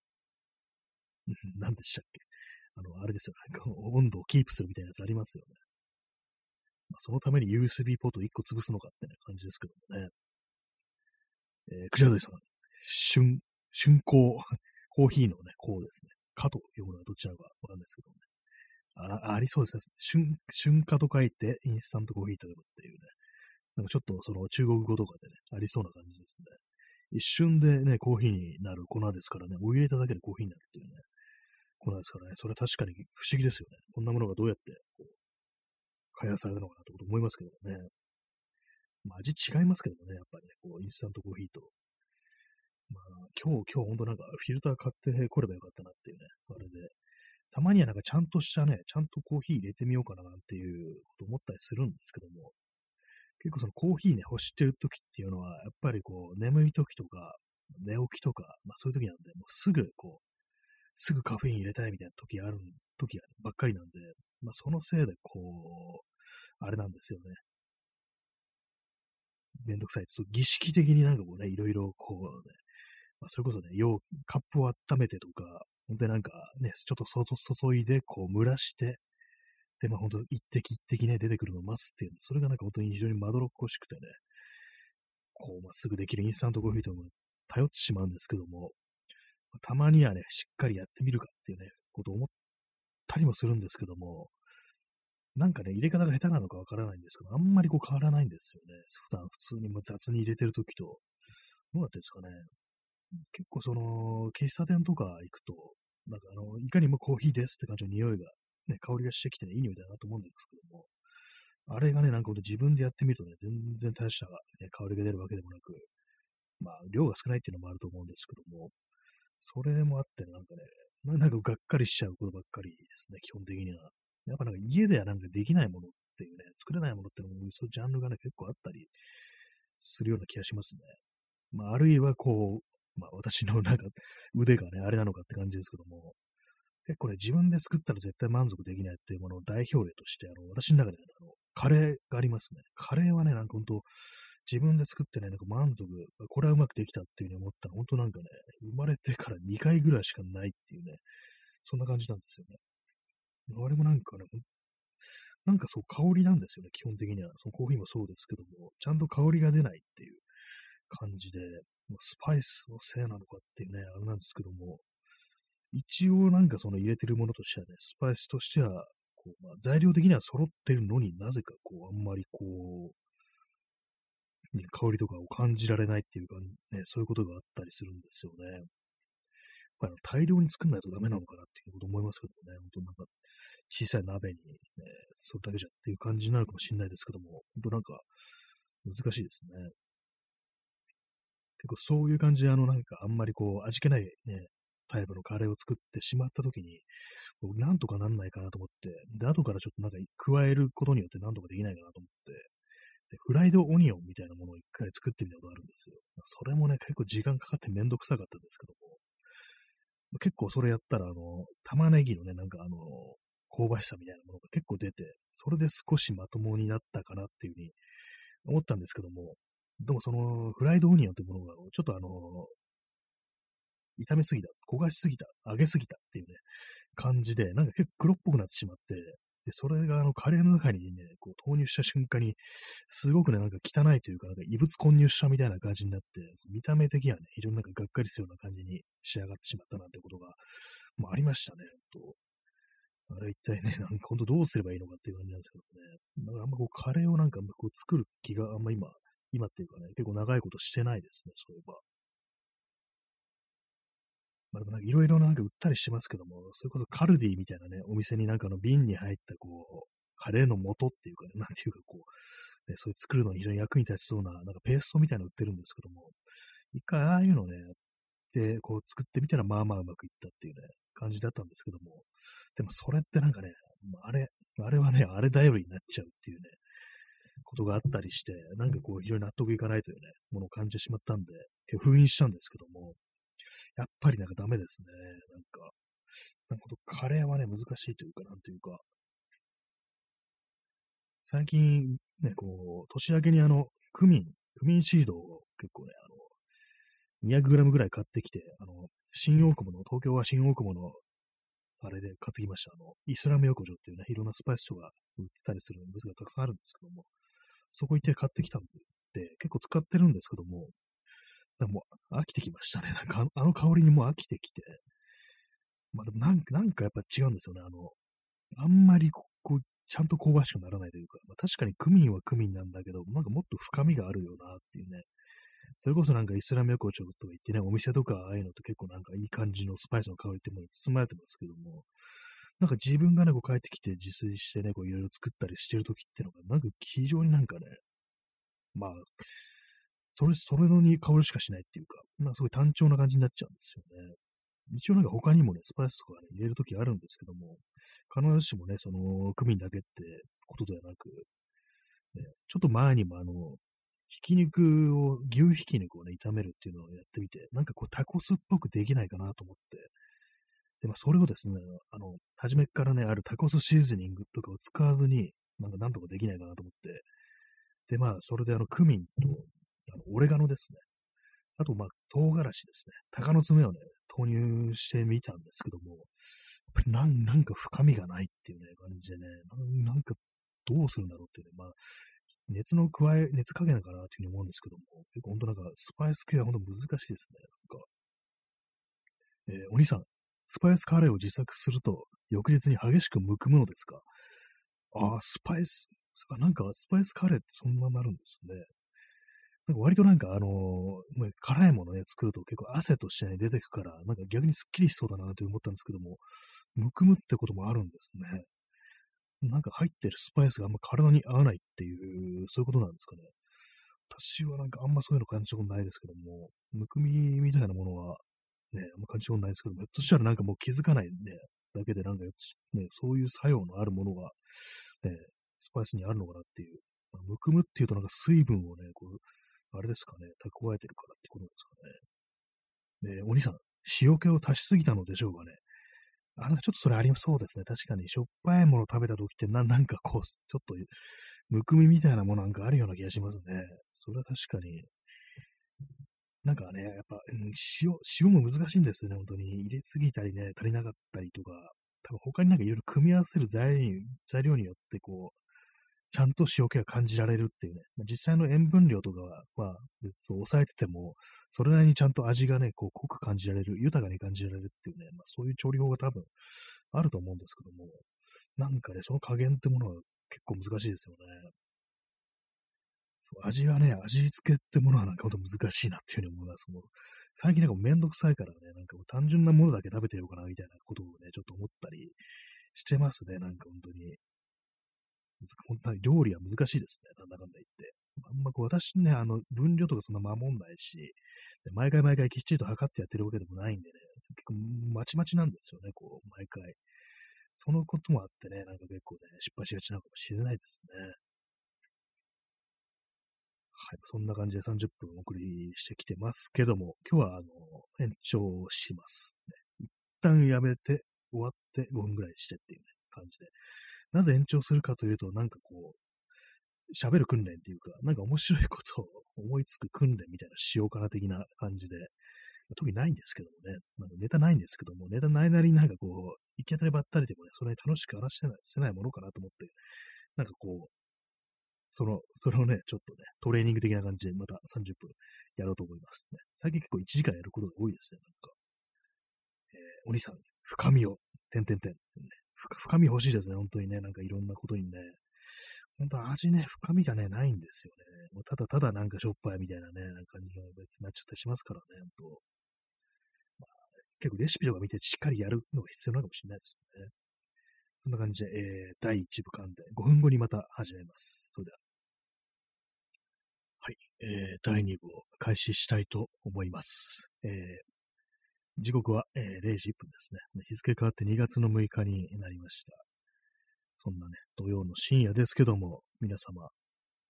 何でしたっけ。あの、あれですよね。こう温度をキープするみたいなやつありますよね。まあ、そのために ユーエスビー ポートいっこ潰すのかってね、感じですけどもね。えー、クジャドイさん、春、春光、コーヒーのね、こうですね。かと読むのはどっちなのかわかんないですけどもね。あ、ありそうですね。春、春夏と書いて、インスタントコーヒーと読むっていうね。なんかちょっとその中国語とかでね、ありそうな感じですね。一瞬でね、コーヒーになる粉ですからね、お湯入れただけでコーヒーになるっていうね、粉ですからね、それは確かに不思議ですよね。こんなものがどうやってこう開発されたのかなと思いますけどもね。まあ、味違いますけどもね、やっぱりね、こう、インスタントコーヒーと。まあ、今日、今日本当なんかフィルター買ってこればよかったなっていうね、あれで。たまにはなんかちゃんとしたね、ちゃんとコーヒー入れてみようかななんていうこと思ったりするんですけども、結構そのコーヒーね、欲してる時っていうのは、やっぱりこう、眠い時とか、寝起きとか、まあそういう時なんで、もうすぐこう、すぐカフェイン入れたいみたいな時ある、時ばっかりなんで、まあそのせいでこう、あれなんですよね。めんどくさい。そう儀式的になんかこうね、いろいろこうね、まあ、それこそね、用、カップを温めてとか、本当になんかね、ちょっとそ注いで、こう蒸らして、で、まあ本当一滴一滴ね、出てくるのを待つっていう、それがなんか本当に非常にまどろっこしくてね、こう、まあ、すぐできるインスタントコーヒーとも頼ってしまうんですけども、まあたまにはね、しっかりやってみるかっていうね、ことを思ったりもするんですけども、なんかね、入れ方が下手なのかわからないんですけど、あんまりこう変わらないんですよね。普段普通にまあ雑に入れてるときと、どうなってるんですかね。結構その、喫茶店とか行くと、なんかあの、いかにもコーヒーですって感じの匂いが、ね、香りがしてきてね、いい匂いだなと思うんですけども、あれがね、なんかほんと自分でやってみるとね、全然大した、ね、香りが出るわけでもなく、まあ、量が少ないっていうのもあると思うんですけども、それもあってね、なんかね、ななんかがっかりしちゃうことばっかりですね、基本的には。やっぱなんか家ではなんかできないものっていうね、作れないものっていうのも、そういうジャンルがね、結構あったりするような気がしますね。まあ、あるいはこう、まあ、私のなんか腕がね、あれなのかって感じですけども、結構ね、自分で作ったら絶対満足できないっていうものを代表例として、あの、私の中で、ね、あの、カレーがありますね。カレーはね、なんか本当自分で作ってね、なんか満足、これはうまくできたっていうふうに思ったら、本当なんかね、生まれてからにかいぐらいしかないっていうね、そんな感じなんですよね。あれもなんかね、なんかそう香りなんですよね、基本的には。そのコーヒーもそうですけども、ちゃんと香りが出ないっていう感じで、もうスパイスのせいなのかっていうね、あれなんですけども、一応なんかその入れてるものとしてはね、スパイスとしては、こうまあ、材料的には揃ってるのになぜかこう、あんまりこう、ね香りとかを感じられないっていうか、ね、そういうことがあったりするんですよね。やっぱり大量に作んないとダメなのかなっていうこと思いますけどもね、本当なんか小さい鍋に、ね、それだけじゃっていう感じになるかもしれないですけども、本当なんか難しいですね。結構そういう感じで、あの、なんかあんまりこう、味気ないね、タイプのカレーを作ってしまったときに、僕なんとかなんないかなと思って、で、後からちょっとなんか加えることによってなんとかできないかなと思って、で、フライドオニオンみたいなものを一回作ってみたことあるんですよ。それもね、結構時間かかってめんどくさかったんですけども、結構それやったら、あの、玉ねぎのね、なんかあの、香ばしさみたいなものが結構出て、それで少しまともになったかなっていうふうに思ったんですけども、でもそのフライドオニオンというものが、ちょっとあの、炒めすぎた、焦がしすぎた、揚げすぎたっていうね、感じで、なんか結構黒っぽくなってしまって、で、それがあのカレーの中にね、こう投入した瞬間に、すごくね、なんか汚いというか、なんか異物混入したみたいな感じになって、見た目的にはね、非常になんかがっかりするような感じに仕上がってしまったなんてことが、まあ、ありましたね、と。あれ一体ね、なんか本当どうすればいいのかっていう感じなんですけどね。なんかあんまこうカレーをなんかこう作る気があんま今、今っていうかね、結構長いことしてないですね、そういえば。まあ、でもなんかいろいろなんか売ったりしてますけども、それこそカルディみたいなね、お店になんかあの瓶に入ったこう、カレーの素っていうかね、なんていうかこう、ね、そういう作るのに非常に役に立ちそうな、なんかペーストみたいなの売ってるんですけども、一回ああいうのね、やって、こう作ってみたらまあまあうまくいったっていうね、感じだったんですけども、でもそれってなんかね、あれ、あれはね、あれ頼りになっちゃうっていうね、 ことがあったりして、なんかこう非常に納得いかないというね、ものを感じてしまったんで、結構封印したんですけども、やっぱりなんかダメですね。なんか、なんかカレーはね、難しいというか、なんというか、最近ね、こう、年明けにあの、クミン、クミンシードを結構ね、あの、にひゃくグラムぐらい買ってきて、あの、新大久保の、東京は新大久保の、あれで買ってきました。あの、イスラム横丁っていうね、いろんなスパイスとか売ってたりするブースがたくさんあるんですけども、そこ行って買ってきたんで、結構使ってるんですけども、なんかもう飽きてきましたね。なんかあのあの香りにもう飽きてきて、まあでもなんか、なんかやっぱ違うんですよね。あの、あんまりここう、ちゃんと香ばしくならないというか、まあ、確かにクミンはクミンなんだけど、なんかもっと深みがあるよなっていうね。それこそなんかイスラム横丁とか行ってね、お店とかああいうのって結構なんかいい感じのスパイスの香りってものに包まれてますけども、なんか自分がね、こう帰ってきて自炊してね、こういろいろ作ったりしてる時っていうのが、なんか非常になんかね、まあ、それ、それのに香りしかしないっていうか、まあすごい単調な感じになっちゃうんですよね。一応なんか他にもね、スパイスとかね、入れるときあるんですけども、必ずしもね、その、クミンだけってことではなく、ね、ちょっと前にもあの、ひき肉を、牛ひき肉をね、炒めるっていうのをやってみて、なんかこうタコスっぽくできないかなと思って、で、まあそれをですね、あの、初めっからね、あるタコスシーズニングとかを使わずに、なんかなんとかできないかなと思って、で、まあそれであの、クミンと、あの、オレガノですね。あと、まあ、唐辛子ですね。鷹の爪をね、投入してみたんですけども、やっぱりなん、なんか深みがないっていうね、感じでね、なんなんかどうするんだろうっていうね、まあ、熱の加え、熱加減かなっていうふうに思うんですけども、結構本当なんかスパイス系は本当難しいですね。なんか、えーお兄さん、スパイスカレーを自作すると、翌日に激しくむくむのですか？ああ、スパイス、あなんかスパイスカレーってそんななるんですね。なんか割となんかあのーまあ辛いものね、作ると結構汗としてね、出てくから、なんか逆にスッキリしそうだなと思ったんですけども、むくむってこともあるんですね。なんか入ってるスパイスがあんま体に合わないっていう、そういうことなんですかね。私はなんかあんまそういうの感じたことないですけども、むくみみたいなものはね、あんま感じたことないですけども、ひょっとしたらなんかもう気づかないね、だけでなんか、ね、そういう作用のあるものが、ね、スパイスにあるのかなっていう。まあむくむっていうとなんか水分をね、こう、あれですかね、蓄えてるからってことですかね。で、お兄さん、塩気を足しすぎたのでしょうかね。あ、なんかちょっとそれありそうですね。確かに、しょっぱいものを食べた時ってな、なんかこう、ちょっと、むくみみたいなものなんかあるような気がしますね。それは確かに。なんかね、やっぱ、うん、塩、塩も難しいんですよね、本当に。入れすぎたりね、足りなかったりとか、多分他になんかいろいろ組み合わせる材料に材料によって、こう、ちゃんと塩気が感じられるっていうね、まあ、実際の塩分量とかは、まあ、そう抑えてても、それなりにちゃんと味がね、こう濃く感じられる、豊かに感じられるっていうね、まあ、そういう調理法が多分あると思うんですけども、なんかね、その加減ってものは結構難しいですよね。そう味はね、味付けってものはなんかほんと難しいなっていうふうに思います。もう最近なんかめんどくさいからね、なんかもう単純なものだけ食べてようかなみたいなことをね、ちょっと思ったりしてますね、なんか本当に。本当に料理は難しいですね。なんだかんだ言って。あんまこう私ね、あの、分量とかそんな守んないし、で毎回毎回きっちりと測ってやってるわけでもないんでね、結構まちまちなんですよね、こう、毎回。そのこともあってね、なんか結構ね、失敗しがちなのかもしれないですね。はい。そんな感じでさんじゅっぷんお送りしてきてますけども、今日はあの、延長します、ね。一旦やめて、終わってごふんぐらいしてっていうね、感じで。なぜ延長するかというと、なんかこう、喋る訓練っていうか、なんか面白いことを思いつく訓練みたいなしようかな的な感じで、特にないんですけどもね、なんかネタないんですけども、ネタないなりになんかこう、行き当たりばったりでもね、それに楽しく話してない、してないものかなと思って、なんかこう、その、それをね、ちょっとね、トレーニング的な感じでまたさんじゅっぷんやろうと思いますね。最近結構いちじかんやることが多いですね、なんか。えーお兄さん、深みを、てんてんてん。ね、深深み欲しいですね、本当にね、なんかいろんなことにね。本当味ね、深みがね、ないんですよね。もうただただなんかしょっぱいみたいなね、なんか感じの別になっちゃったりしますからね、本当。まあ、結構レシピとか見てしっかりやるのが必要なのかもしれないですね。そんな感じで、えー、だいいち部完でごふんごにまた始めます。それでは。はい。えー、だいに部を開始したいと思います。えー、時刻は、えー、れいじいっぷんですね。日付変わってにがつのむいかになりました。そんなね、土曜の深夜ですけども、皆様、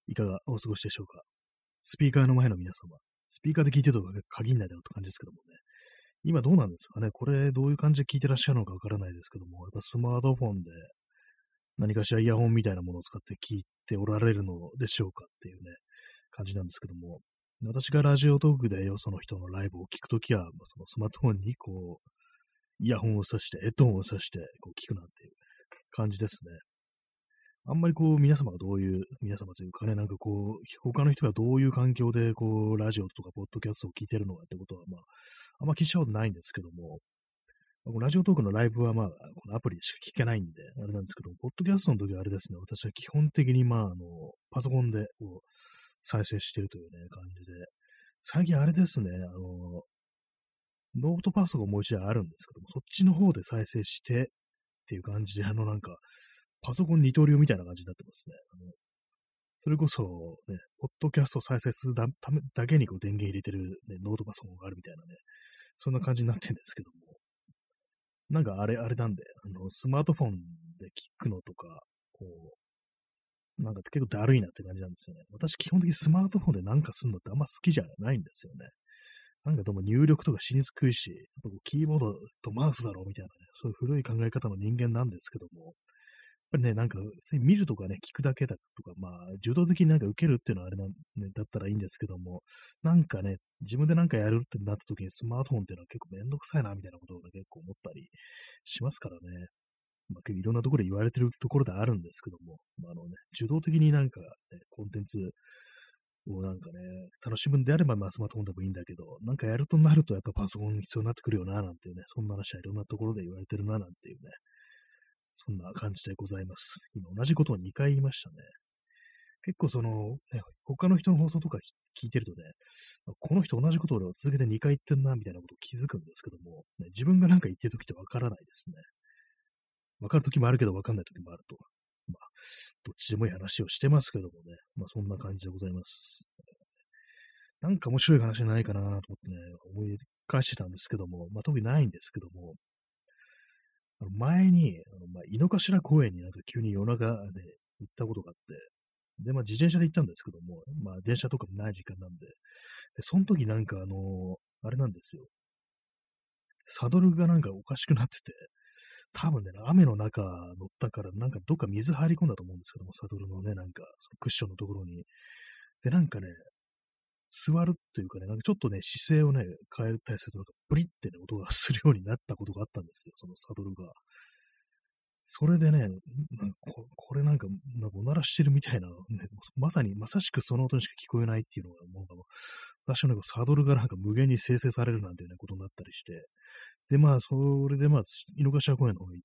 いかがお過ごしでしょうか。スピーカーの前の皆様、スピーカーで聞いてるとか限らないだろうって感じですけどもね。今どうなんですかね。これどういう感じで聞いてらっしゃるのかわからないですけども、やっぱスマートフォンで何かしらイヤホンみたいなものを使って聞いておられるのでしょうかっていうね、感じなんですけども、私がラジオトークでよその人のライブを聞くときは、そのスマートフォンにこう、イヤホンを挿して、ヘッドホンを挿してこう聞くなんていう感じですね。あんまりこう、皆様がどういう、皆様というかね、なんかこう、他の人がどういう環境でこう、ラジオとかポッドキャストを聞いてるのかってことは、まあ、あんま聞いたことないんですけども、ラジオトークのライブはまあ、このアプリでしか聞けないんで、あれなんですけど、ポッドキャストの時はあれですね、私は基本的にまあ、あの、パソコンでこう再生してるというね、感じで、最近あれですね、あの、ノートパソコンもう一台あるんですけども、そっちの方で再生してっていう感じで、あのなんか、パソコン二刀流みたいな感じになってますね。あのそれこそ、ね、ポッドキャストを再生するためだけにこう電源入れてる、ね、ノートパソコンがあるみたいなね、そんな感じになってるんですけども、なんかあれ、あれなんで、あの、スマートフォンで聞くのとか、こう、なんか結構だるいなって感じなんですよね。私基本的にスマートフォンでなんかするのってあんま好きじゃないんですよね。なんかどうも入力とかしにくいし、キーボードとマウスだろうみたいなね、そういう古い考え方の人間なんですけども、やっぱりね、なんか、普通に見るとかね、聞くだけだとか、まあ、受動的になんか受けるっていうのはあれなん、ね、だったらいいんですけども、なんかね、自分でなんかやるってなった時にスマートフォンっていうのは結構めんどくさいな、みたいなことを、ね、結構思ったりしますからね。まあ、いろんなところで言われてるところであるんですけども、まあ、あのね、受動的になんか、ね、コンテンツをなんかね、楽しむんであれば、まあ、スマートフォンでもいいんだけど、なんかやるとなると、やっぱパソコン必要になってくるよな、なんていうね、そんな話はいろんなところで言われてるな、なんていうね、そんな感じでございます。今同じことをにかい言いましたね。結構その、ね、他の人の放送とか聞いてるとね、この人同じことを続けてにかい言ってんな、みたいなことを気づくんですけども、ね、自分がなんか言ってるときってわからないですね。わかるときもあるけどわかんないときもあると。まあ、どっちでもいい話をしてますけどもね、まあそんな感じでございます。なんか面白い話ないかなと思ってね、思い返してたんですけども、まあ特にないんですけども、あの前に、あのまあ、井の頭公園になんか急に夜中で行ったことがあって、で、まあ自転車で行ったんですけども、まあ電車とかもない時間なんで、でその時なんかあのあれなんですよ。サドルがなんかおかしくなってて、多分ね、雨の中乗ったから、なんかどっか水入り込んだと思うんですけども、サドルのね、なんか、そのクッションのところに。で、なんかね、座るっていうかね、なんかちょっとね、姿勢をね、変えたりすると、なんかブリってね、音がするようになったことがあったんですよ、そのサドルが。それでね、なんかここれなんか、なんかおならしてるみたいな、ね、まさに、まさしくその音にしか聞こえないっていうのが、もう、私のね、サドルがなんか無限に生成されるなんていうね、ことになったりして、で、まあ、それでまあ、井の頭公園の方に行って、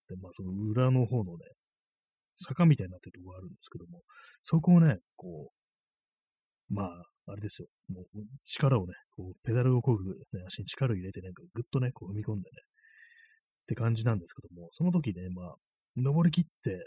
で、まあ、その裏の方のね、坂みたいになってるところがあるんですけども、そこをね、こう、まあ、あれですよ、もう力をね、こう、ペダルをこぐ、ね、足に力を入れて、なんかぐっとね、こう踏み込んでね、って感じなんですけども、その時ね、まあ、登り切って、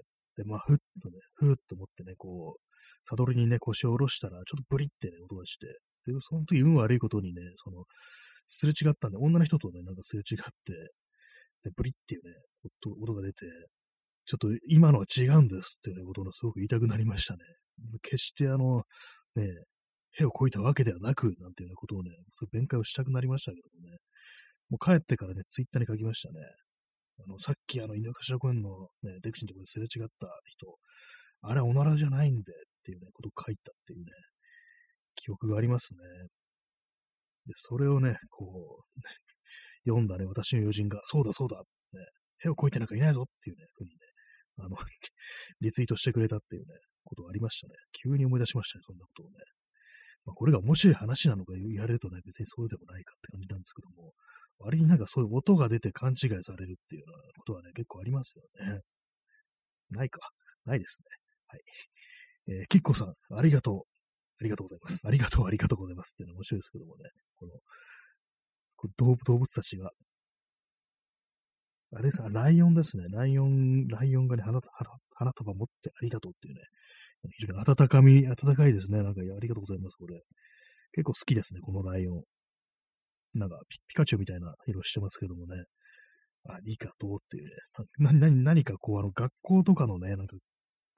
で、まあ、ふっとね、ふーっと思ってね、こう、サドルにね、腰を下ろしたら、ちょっとブリってね、音がして、で、その時運悪いことにね、その、すれ違ったんで、女の人とね、なんかすれ違って、で、ブリっていうね、音音が出て、ちょっと今のは違うんですっていうね、ことをすごく言いたくなりましたね。決してあの、ね、屁をこいたわけではなく、なんていうようなことをね、そういう弁解をしたくなりましたけどもね。もう帰ってからね、ツイッターに書きましたね。あの、さっきあの、井の頭公園のね、出口のところですれ違った人、あれはおならじゃないんでっていうね、ことを書いたっていうね、記憶がありますね。で、それをね、こう、読んだね、私の友人が、そうだそうだ、ね、屁をこいてなんかいないぞっていうね、ふうにね、あのリツイートしてくれたっていうね、ことがありましたね。急に思い出しましたね、そんなことをね。まあ、これが面白い話なのか言われるとね、別にそうでもないかって感じなんですけども、割になんかそういう音が出て勘違いされるっていうようなことはね、結構ありますよね。ないか。ないですね。はい。えー、キッコさん、ありがとう。ありがとうございます。ありがとう、ありがとうございますっていうのは面白いですけどもね。この、これ動動物たちが、あれですね、ライオンですね。ライオン、ライオンがね、花花花束持ってありがとうっていうね。非常に温かみ、温かいですね。なんか、ありがとうございます、これ。結構好きですね、このライオン。なんかピ、ピカチュウみたいな色してますけどもね。ありがとうっていうね。な、な、何かこう、あの、学校とかのね、なんか、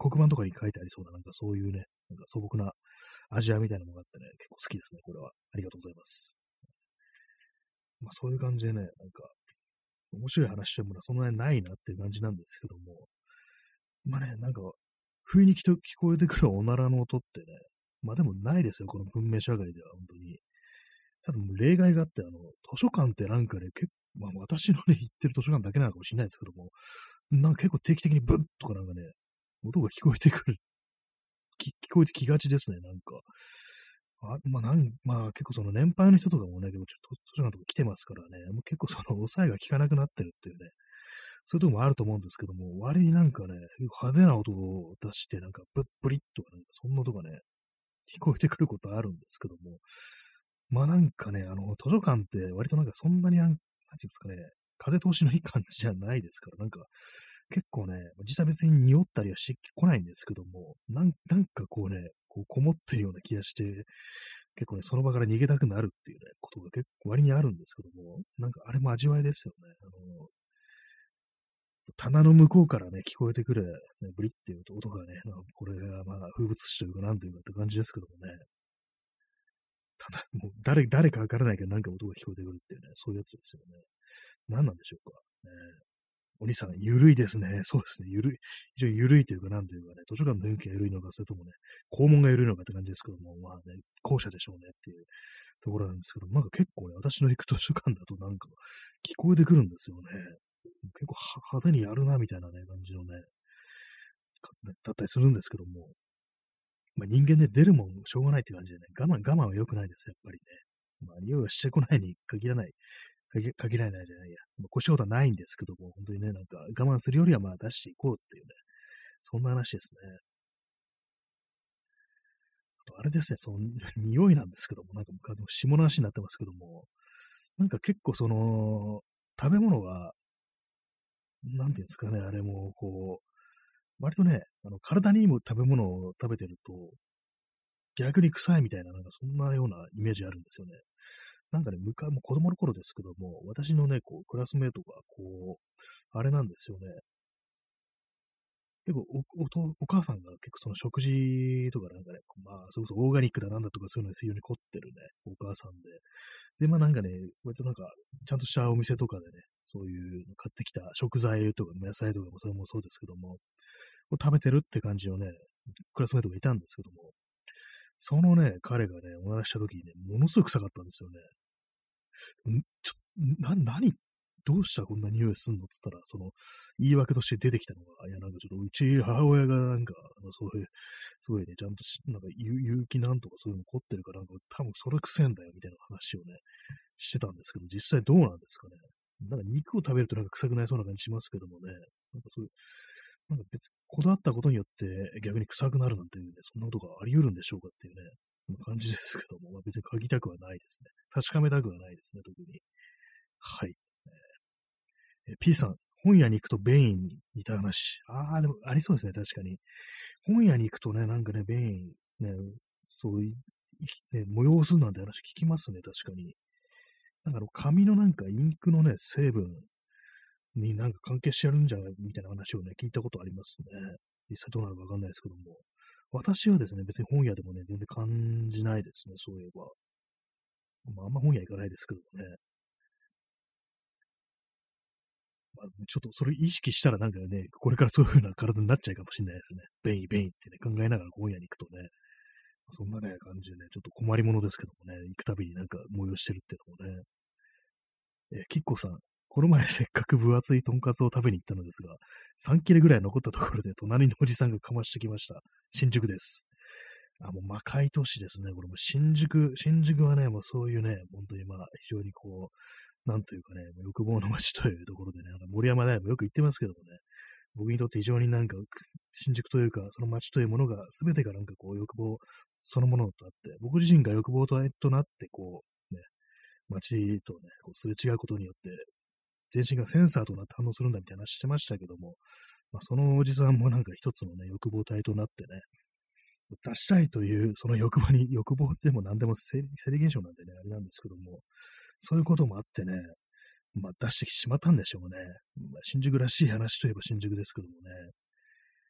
黒板とかに書いてありそうな、なんかそういうね、なんか素朴な味わいみたいなのがあってね、結構好きですね、これは。ありがとうございます。まあそういう感じでね、なんか、面白い話してものはそんなにないなっていう感じなんですけども、まあね、なんか、不意に聞こえてくるおならの音ってね、まあでもないですよ、この文明社会では、本当に。ただもう例外があって、あの、図書館ってなんかね、結構、まあ私のね、行ってる図書館だけなのかもしれないですけども、なんか結構定期的にブッとかなんかね、音が聞こえてくる、き聞こえてきがちですね、なんか。あ、まあ、なん、まあ結構その年配の人とかもね、結構ちょっと図書館とか来てますからね、もう結構その抑えが効かなくなってるっていうね、そういうとこもあると思うんですけども、割になんかね、派手な音を出して、なんかブッブリッとかなんかそんな音がね、聞こえてくることあるんですけども、まあなんかね、あの、図書館って割となんかそんなになん、なんていうんですかね、風通しのいい感じじゃないですから、なんか結構ね、実際別に匂ったりはしてこないんですけども、なん、なんかこうね、こうこもってるような気がして、結構ね、その場から逃げたくなるっていうね、ことが結構割にあるんですけども、なんかあれも味わいですよね。あの、棚の向こうからね、聞こえてくる、ね、ブリっていう音がね、まあ、これがまあ風物詩というかなんというかって感じですけどもね、ただ、もう誰、誰かわからないけどなんか音が聞こえてくるっていうね、そういうやつですよね。何なんでしょうか。ね、お兄さん、ゆるいですね。そうですね。ゆるい。非常にゆるいというか、なんというかね、図書館の雰囲気がゆるいのか、それともね、校門がゆるいのかって感じですけども、まあね、後者でしょうねっていうところなんですけど、なんか結構ね、私の行く図書館だとなんか聞こえてくるんですよね。結構派手にやるな、みたいなね、感じのね、だったりするんですけども、まあ、人間ね、出るもんしょうがないって感じでね、我慢、我慢は良くないです、やっぱりね。まあ、匂いはしてこないに限らない、限限らないじゃないや。まあ、こうしたことはないんですけども、本当にね、なんか我慢するよりはまあ出していこうっていうね、そんな話ですね。あと、あれですね、その匂いなんですけども、なんかもう下の話になってますけども、なんか結構その、食べ物が、なんていうんですかね、あれも、こう、割とね、あの体にいい食べ物を食べてると、逆に臭いみたいな、なんかそんなようなイメージあるんですよね。なんかね、昔、もう子供の頃ですけども、私のね、こう、クラスメイトが、こう、あれなんですよね。結構お、おと、お母さんが結構その食事とかなんかね、まあ、それこそオーガニックだなんだとかそういうのに非常に凝ってるね、お母さんで。で、まあなんかね、割となんか、ちゃんとしたお店とかでね、そういうの買ってきた食材とか野菜とかもそれもそうですけども、を食べてるって感じのね、クラスメイトがいたんですけども、そのね、彼がね、お話した時にね、ものすごく臭かったんですよね。んちょ、な、何どうしたらこんな匂いすんのっつったら、その、言い訳として出てきたのが、いや、なんかちょっとうち母親がなんか、あの、そういう、すごいね、ちゃんとし、なんか有、有機なんとかそういうの凝ってるから、なんか多分それくせえんだよ、みたいな話をね、してたんですけど、実際どうなんですかね。なんか肉を食べるとなんか臭くなりそうな感じしますけどもね、なんかそういう、なんか別、こだわったことによって逆に臭くなるなんていうね、そんなことがあり得るんでしょうかっていうね、感じですけども、まあ、別に嗅ぎたくはないですね。確かめたくはないですね、特に。はい。え P さん、本屋に行くと便意に似た話。ああ、でもありそうですね、確かに。本屋に行くとね、なんかね、便意、ね、そういう、ね、催すなんて話聞きますね、確かに。なんかあの、紙のなんかインクのね、成分になんか関係してやるんじゃないみたいな話をね、聞いたことありますね。実際どうなのかわかんないですけども。私はですね、別に本屋でもね、全然感じないですね、そういえば。まあ、あんま本屋行かないですけどもね。まあ、ちょっとそれ意識したらなんかね、これからそういう風な体になっちゃうかもしれないですね。便意、便意ってね、考えながら本屋に行くとね、そんなね、感じでね、ちょっと困りものですけどもね、行くたびになんか催してるっていうのもね。えー、キッコさん、この前せっかく分厚いとんかつを食べに行ったのですが、さん切れぐらい残ったところで隣のおじさんがかましてきました。新宿です。あ、もう魔界都市ですね。これも新宿、新宿はね、もうそういうね、本当にまあ、非常にこう、なんというかね、欲望の街というところでね、なんか森山大もよく言ってますけどもね、僕にとって非常になんか、新宿というか、その街というものが、すべてがなんかこう、欲望そのものとあって、僕自身が欲望となって、こう、ね、街とね、こうすれ違うことによって、全身がセンサーとなって反応するんだみたいな話してましたけども、まあ、そのおじさんもなんか一つのね、欲望体となってね、出したいという、その欲望に、欲望でも何でも生理現象なんでね、あれなんですけども、そういうこともあってね、まあ出してしまったんでしょうね。まあ、新宿らしい話といえば新宿ですけどもね。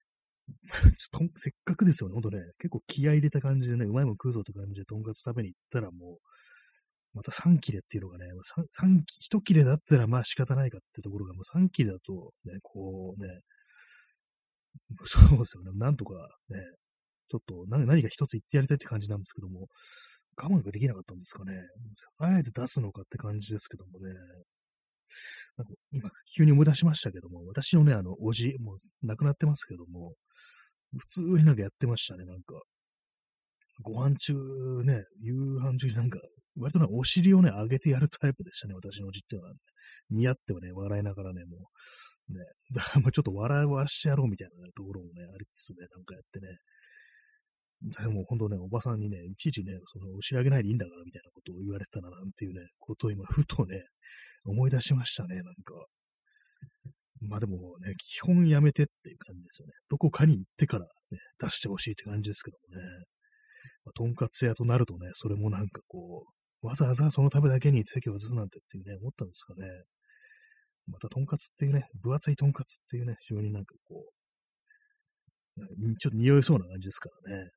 とんせっかくですよね、ほんとね、結構気合い入れた感じでね、うまいもん食うぞって感じで、とんかつ食べに行ったらもう、またさん切れっていうのがね、さん、三いち切れだったらまあ仕方ないかってところが、もうさん切れだと、ね、こうね、そうですよね、なんとかね、ちょっと何何か一つ言ってやりたいって感じなんですけども、我慢ができなかったんですかね。あえて出すのかって感じですけどもね。なんか今、急に思い出しましたけども、私のね、あの、おじ、もう亡くなってますけども、普通になんかやってましたね、なんか。ご飯中ね、夕飯中になんか、割とね、お尻をね、上げてやるタイプでしたね、私のおじっていうのは、ね。似合ってはね、笑いながらね、もう、ね、だからまあちょっと笑わしてやろうみたいな、ね、ところもね、ありつつね、なんかやってね、でも本当ね、おばさんにね、いちいちね、その、お尻上げないでいいんだから、みたいなことを言われてたな、なんていうね、ことを今、ふとね、思い出しましたね、なんか。まあでもね、基本やめてっていう感じですよね。どこかに行ってから、ね、出してほしいって感じですけどもね。まあ、とんかつ屋となるとね、それもなんかこう、わざわざそのためだけに席を外すなんてっていうね、思ったんですかね。またとんかつっていうね、分厚いとんかつっていうね、非常になんかこう、ちょっと匂いそうな感じですからね。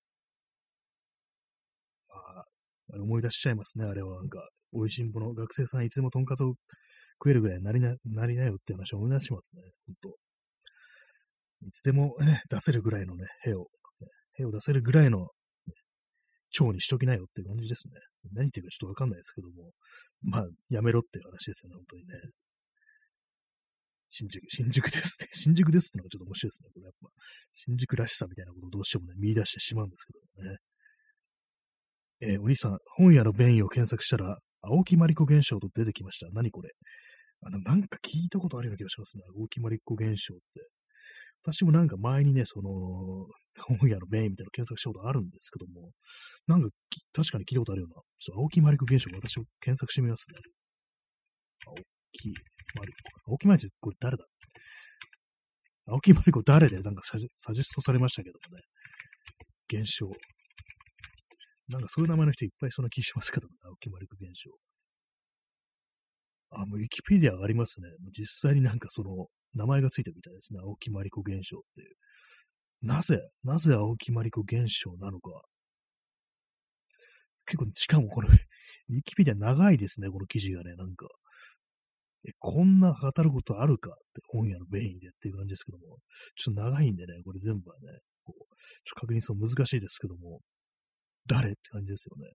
まあ、あれ思い出しちゃいますね、あれはなんか、美味しんぼの学生さんいつでもとんかつを食えるぐらいになりな、なりなよっていう話を思い出しますね、ほんと。いつでもね、出せるぐらいのね、屁を、ね、屁を出せるぐらいの、ね、腸にしときなよっていう感じですね。何言っていうかちょっとわかんないですけども、まあ、やめろっていう話ですよね、本当にね。新宿、新宿ですって、新宿ですってのがちょっと面白いですね、これやっぱ。新宿らしさみたいなことをどうしてもね、見出してしまうんですけどね。えーお兄さん、本屋の便意を検索したら、青木まりこ現象と出てきました。何これ。あの、なんか聞いたことあるような気がしますね。青木まりこ現象って。私もなんか前にね、その、本屋の便意みたいなの検索したことあるんですけども、なんか確かに聞いたことあるような、ちょっと青木まりこ現象、私も検索してみますね。青木まりこ。青木まりこ、これ誰だ青木まりこ誰でなんかサジサジェストされましたけどもね。現象。なんかそういう名前の人いっぱいそんな気しますけどね、青木まりこ現象。あ、もうウィキペディアがありますね。もう実際になんかその名前がついてるみたいですね。青木まりこ現象っていう。なぜ、なぜ青木まりこ現象なのか。結構、しかもこれ、ウィキペディア長いですね、この記事がね、なんか。え、こんな語ることあるかって本屋の便意でっていう感じですけども、ちょっと長いんでね、これ全部はね、こう、ちょっと確認するの難しいですけども、誰って感じですよね。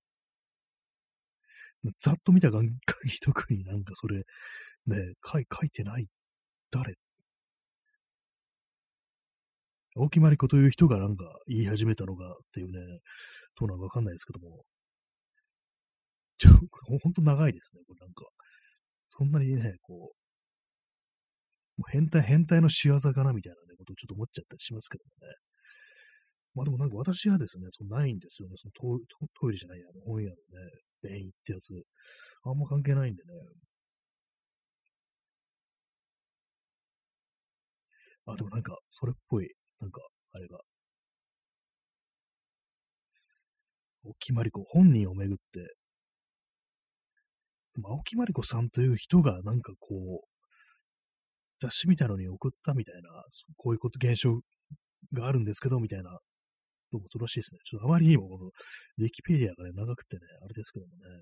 ざっと見た限り特になんかそれ、ね、書い書いてない。誰青木まりこという人がなんか言い始めたのがっていうね、どうなのかわかんないですけども、ちょ、ほんと長いですね、これなんか。そんなにね、こう、もう変態、変態の仕業かなみたいなね、ことをちょっと思っちゃったりしますけどもね。まあでもなんか私はですね、そのないんですよね。そのトトトイレじゃないや、あの本屋のね、便意ってやつ。あんま関係ないんでね。あ、でもなんか、それっぽい、なんか、あれが、青木まりこ本人をめぐって、でも青木まりこさんという人がなんかこう、雑誌みたいのに送ったみたいな、こういうこと、現象があるんですけど、みたいな、どうもそうらしいですね。ちょっとあまりにもこの、ウィキペディアがね、長くてね、あれですけどもね。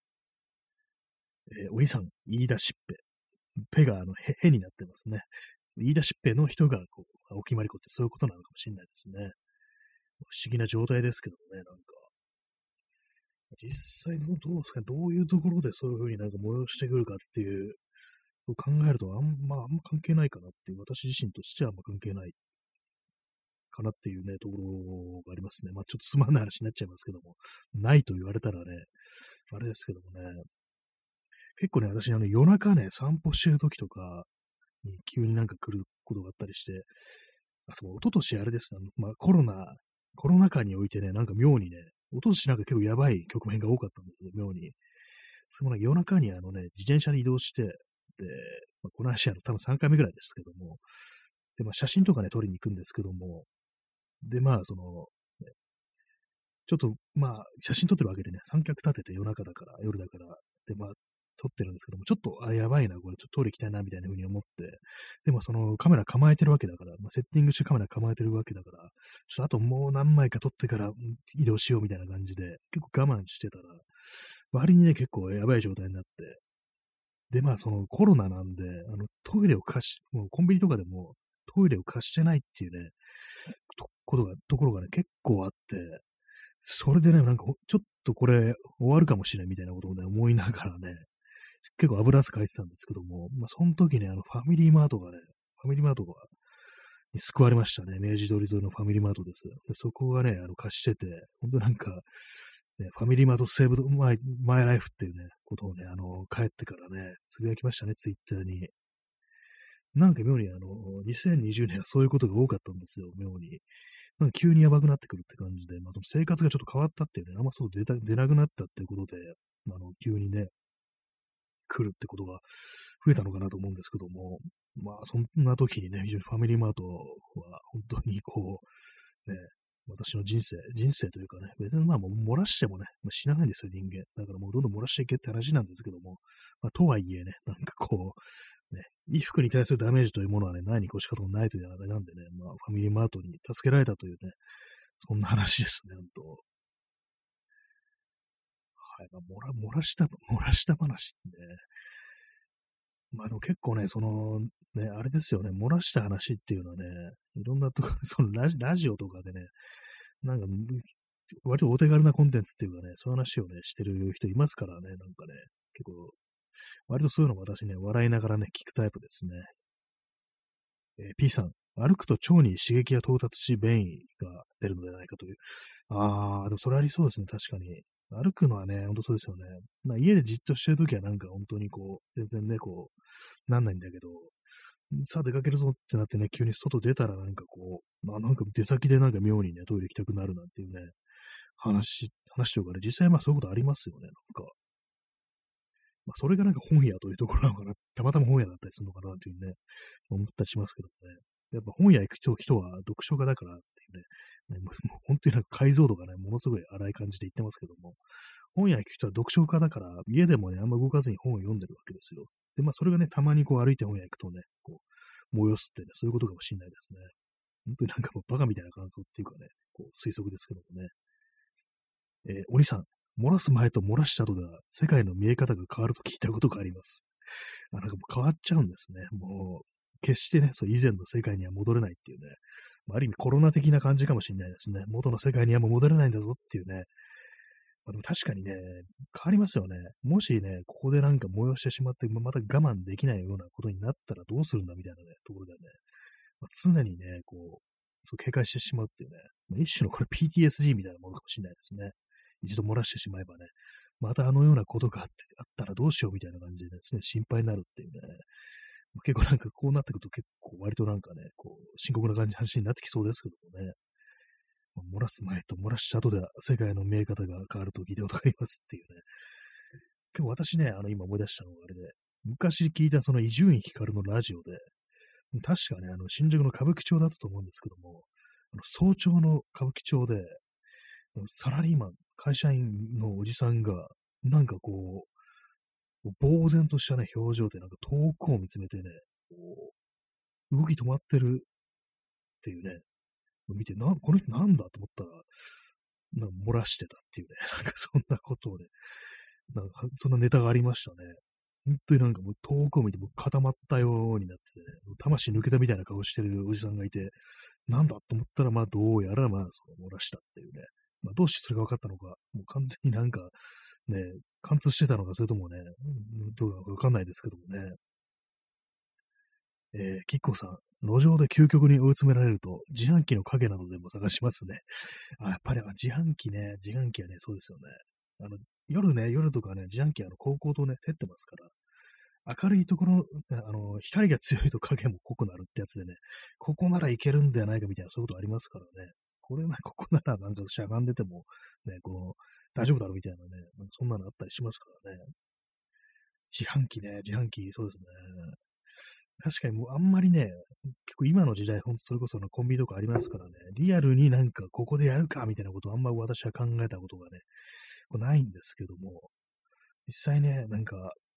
えーお兄さん、言い出しっぺ。ペがあのへ、へになってますね。言い出しっぺの人が、こう、青木まりこってそういうことなのかもしれないですね。不思議な状態ですけどもね、なんか。実際どう、どうですかね、どういうところでそういうふうになんか催してくるかっていう、を考えると、あんま、あんま関係ないかなっていう、私自身としてはあんま関係ないかなっていうね、ところがありますね。まあちょっとつまんない話になっちゃいますけども、ないと言われたらね、あれですけどもね、結構ね、私、あの、夜中ね、散歩してる時とかに急になんか来ることがあったりして、あ、そう、一昨年あれですね、あのまあコロナ、コロナ禍においてね、なんか妙にね、一昨年なんか結構やばい局面が多かったんですよ、妙に。それもなんか夜中にあのね、自転車に移動して、で、まあ、この話あの多分さんかいめぐらいですけども、で、まあ写真とかね、撮りに行くんですけども、で、まあその、ねちょっと、まあ、写真撮ってるわけでね、三脚立てて夜中だから、夜だから、で、まあ、 撮ってるんですけども、ちょっと、あ、やばいな、これちょっとトイレ行きたいな、みたいな風に思って、でもそのカメラ構えてるわけだから、まあ、セッティングしてカメラ構えてるわけだから、ちょっとあともう何枚か撮ってから移動しようみたいな感じで、結構我慢してたら、割にね、結構やばい状態になって、で、まあそのコロナなんで、あのトイレを貸し、もうコンビニとかでもトイレを貸してないっていうね、とことが、ところがね、結構あって、それでね、なんかちょっとこれ終わるかもしれんみたいなことをね、思いながらね、結構油汗かいてたんですけども、まあ、その時ね、あの、ファミリーマートがね、ファミリーマートが、に救われましたね。明治通り沿いのファミリーマートです。でそこがね、あの、貸してて、本当なんか、ね、ファミリーマートセーブドマイマイライフっていうね、ことをね、あの、帰ってからね、つぶやきましたね、ツイッターに。なんか妙にあの、にせんにじゅうねんはそういうことが多かったんですよ、妙に。なんか急にやばくなってくるって感じで、まあ、その生活がちょっと変わったっていうね、あんまそう出た出なくなったっていうことで、あの、急にね、来るってことが増えたのかなと思うんですけども、まあ、そんな時にね、非常にファミリーマートは本当にこう、ね、私の人生、人生というかね、別にまあもう漏らしてもね、まあ、死なないんですよ、人間。だからもうどんどん漏らしていけって話なんですけども、まあ、とはいえね、なんかこう、ね、衣服に対するダメージというものはね、ないに越し方もないというあれなんでね、まあ、ファミリーマートに助けられたというね、そんな話ですね、本当。はい、まあ、漏ら、漏らした、漏らした話ってね、まあでも結構ね、その、ね、あれですよね、漏らした話っていうのはね、いろんなところ、そのラジラジオとかでね、なんか、割とお手軽なコンテンツっていうかね、そういう話をね、してる人いますからね、なんかね、結構、割とそういうのも私ね、笑いながらね、聞くタイプですね。えー P さん、歩くと腸に刺激が到達し、便意が出るのではないかという。ああ、でもそれありそうですね、確かに。歩くのはね、ほんとそうですよね。まあ、家でじっとしてるときはなんか本当にこう、全然ね、こう、なんないんだけど、さあ出かけるぞってなってね、急に外出たらなんかこう、まあなんか出先でなんか妙にね、トイレ行きたくなるなんていうね、話、話というかね、実際まあそういうことありますよね、なんか。まあそれがなんか本屋というところなのかな、たまたま本屋だったりするのかなというね、思ったりしますけどもね。やっぱ本屋行く人人は読書家だからっていうね、ねもう本当になんか解像度がね、ものすごい荒い感じで言ってますけども、本屋行く人は読書家だから、家でもね、あんま動かずに本を読んでるわけですよ。で、まあ、それがね、たまにこう歩いて本屋行くとね、こう、催すってね、そういうことかもしれないですね。本当になんかもうバカみたいな感想っていうかね、こう推測ですけどもね。えーお兄さん、漏らす前と漏らした後では、世界の見え方が変わると聞いたことがあります。あ、なんかもう変わっちゃうんですね。もう、決してね、そう以前の世界には戻れないっていうね、まあ、ある意味コロナ的な感じかもしれないですね。元の世界にはもう戻れないんだぞっていうね、まあ、でも確かにね、変わりますよね。もしね、ここでなんか催してしまって、ままた我慢できないようなことになったらどうするんだみたいなね、ところでね、まあ、常にね、こう、そう警戒してしまうっていうね、まあ、一種のこれ ピーティーエスジー みたいなものかもしれないですね。一度漏らしてしまえばね、またあのようなことがあってあったらどうしようみたいな感じでね、常に心配になるっていうね、まあ、結構なんかこうなってくると結構割となんかね、こう、深刻な感じの話になってきそうですけどもね。まあ漏らす前と漏らした後では世界の見え方が変わると聞いたことがありますっていうね。結構私ね、あの今思い出したのがあれで、昔聞いたその伊集院光のラジオで、確かね、あの新宿の歌舞伎町だったと思うんですけども、あの早朝の歌舞伎町で、サラリーマン、会社員のおじさんが、なんかこう、呆然としたね、表情でなんか遠くを見つめてね、こう動き止まってるっていうね、見て、な、この人なんだと思ったら、なんか漏らしてたっていうね、なんかそんなことをね、なんかそんなネタがありましたね。本当になんかもう遠くを見てもう固まったようになってて、ね、魂抜けたみたいな顔してるおじさんがいて、なんだと思ったら、まあどうやらまあその漏らしたっていうね。まあどうしてそれが分かったのか、もう完全になんかね、貫通してたのか、それともね、どうなのか分かんないですけどもね。えー、キッコーさん、路上で究極に追い詰められると、自販機の影などでも探しますね。あ、やっぱり自販機ね、自販機はね、そうですよね。あの、夜ね、夜とかね、自販機あの、高校とね、照ってますから、明るいところ、あの、光が強いと影も濃くなるってやつでね、ここならいけるんではないかみたいな、そういうことありますからね。これな、ここならなんかしゃがんでても、ね、こう、大丈夫だろうみたいなね、なんかそんなのあったりしますからね。自販機ね、自販機、そうですね。確かにもうあんまりね、結構今の時代、ほんとそれこそのコンビニとかありますからね、リアルになんかここでやるかみたいなことあんま私は考えたことがね、こうないんですけども、実際ね、なんか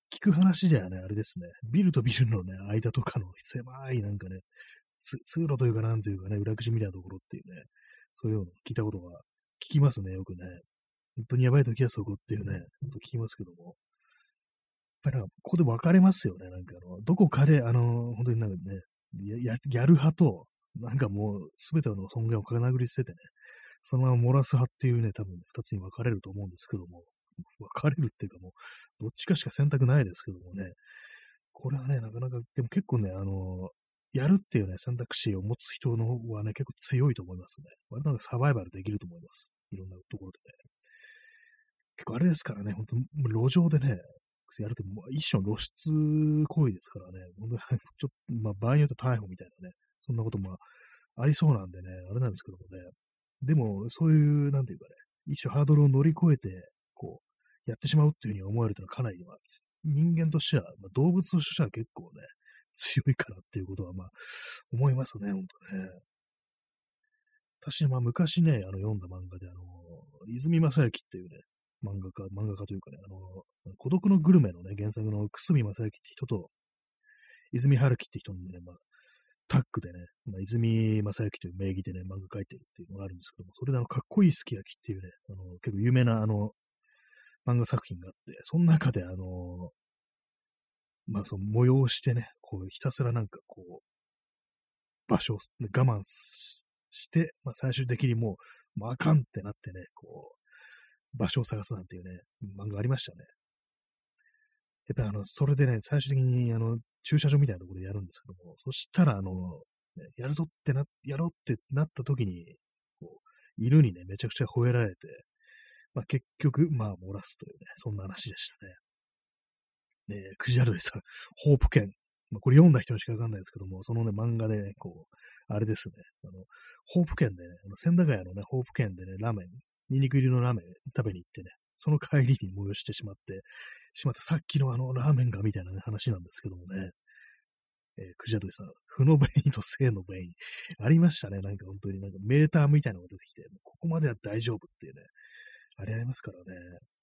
聞く話ではね、あれですね、ビルとビルのね、間とかの狭いなんかね、つ通路というかなんというかね、裏口みたいなところっていうね、そういうのを聞いたことが聞きますね、よくね。本当にやばい時はそこっていうね、ほんと聞きますけども。やっぱりなんか、ここで分かれますよね。なんかあの、どこかで、あの、本当になんかね、や、ややる派と、なんかもう、すべての尊厳をかなぐり捨ててね、そのまま漏らす派っていうね、多分二つに分かれると思うんですけども、分かれるっていうかもう、どっちかしか選択ないですけどもね、これはね、なかなか、でも結構ね、あの、やるっていうね、選択肢を持つ人の方はね、結構強いと思いますね。割となんかサバイバルできると思います。いろんなところでね。結構あれですからね、本当路上でね、やると、もう一種の露出行為ですからね、本当にちょっと、まあ、場合によっては逮捕みたいなね、そんなこともありそうなんでね、あれなんですけどもね。でも、そういう、なんていうかね、一種ハードルを乗り越えて、こう、やってしまうっていうふうに思えるというのはかなり、まあ、人間としては、まあ、動物としては結構ね、強いかなっていうことは、まあ、思いますね、本当ね。私、まあ、昔ね、あの、読んだ漫画で、あの、泉正幸っていうね、漫画家、漫画家というかね、あの、孤独のグルメのね、原作の久住正幸って人と、泉春樹って人のね、まあ、タッグでね、まあ、泉正幸という名義でね、漫画描いてるっていうのがあるんですけども、それであの、かっこいいすき焼きっていうね、あの、結構有名なあの、漫画作品があって、その中であの、まあ、その催してね、こう、ひたすらなんかこう、場所を我慢しして、まあ、最終的にもう、もうあかんってなってね、こう、場所を探すなんていうね、漫画ありましたね。やっぱりあの、それでね、最終的にあの、駐車場みたいなところでやるんですけども、そしたらあの、ね、やるぞってな、やろうってなった時に、こう、犬にね、めちゃくちゃ吠えられて、まあ、結局、まあ、漏らすというね、そんな話でしたね。ねえ、クジラドリさん、ホープ犬。まあ、これ読んだ人にしかわかんないですけども、そのね、漫画でね、こう、あれですね、あの、ホープ犬でね、あの千駄ヶ谷のね、ホープ犬でね、ラーメン、ニンニク入りのラーメン食べに行ってね、その帰りに催してしまって、しまったさっきのあのラーメンがみたいな、ね、話なんですけどもね、えー、クジラドリさん、負の便意と正の便意。ありましたね、なんか本当になんかメーターみたいなのが出てきて、ここまでは大丈夫っていうね、あれありますからね。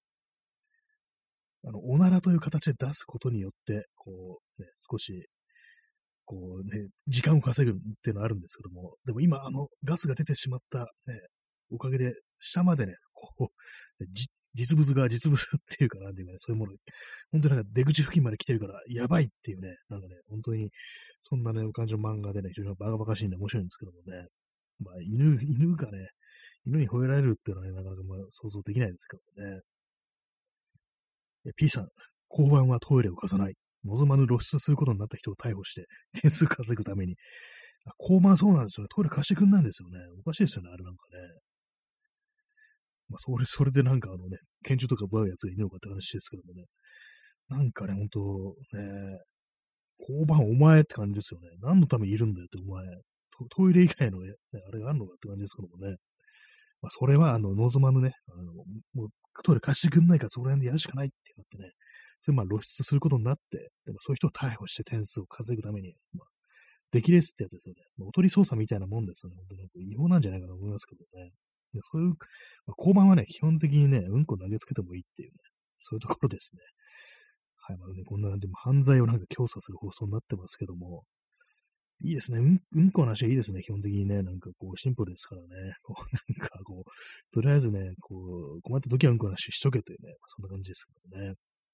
あの、おならという形で出すことによって、こう、ね、少し、こうね、時間を稼ぐっていうのはあるんですけども、でも今、あの、ガスが出てしまったね、おかげで、下までね、こう、じ実物が実物っていうかなんていうかね、そういうもの、本当になんか出口付近まで来てるから、やばいっていうね、なんかね、本当に、そんなね、感じの漫画でね、非常にバカバカしいんで面白いんですけどもね、まあ、犬、犬がね、犬に吠えられるっていうのはね、なかなかまあ想像できないですけどもね。P さん、交番はトイレを貸さない。望まぬ露出することになった人を逮捕して、点数稼ぐために。あ、交番そうなんですよね。トイレ貸してくんないんですよね。おかしいですよね、あれなんかね。まあ、それ、それでなんかあのね、拳銃とか奪うやつがいるのかって話ですけどもね。なんかね、ほんと、ね、交番お前って感じですよね。何のためにいるんだよって、お前。ト、トイレ以外の、ね、あれがあるのかって感じですけどもね。まあ、それは、あの、望まぬね、あの、もう、トイレ貸してくんないから、そこら辺でやるしかないってなってね、それまあ露出することになって、でもそういう人を逮捕して点数を稼ぐために、まあ、出来レースってやつですよね。まあ、おとり捜査みたいなもんですよね。本当に違法なんじゃないかと思いますけどね。でそういう、まあ、交番はね、基本的にね、うんこ投げつけてもいいっていうね、そういうところですね。はい、まあね、こんな、でも犯罪をなんか強査する放送になってますけども、いいですね。うん、うんこの話はいいですね。基本的にね。なんかこう、シンプルですからね。こう、なんかこう、とりあえずね、こう、困った時はうんこの話しとけというね。そんな感じですけどね。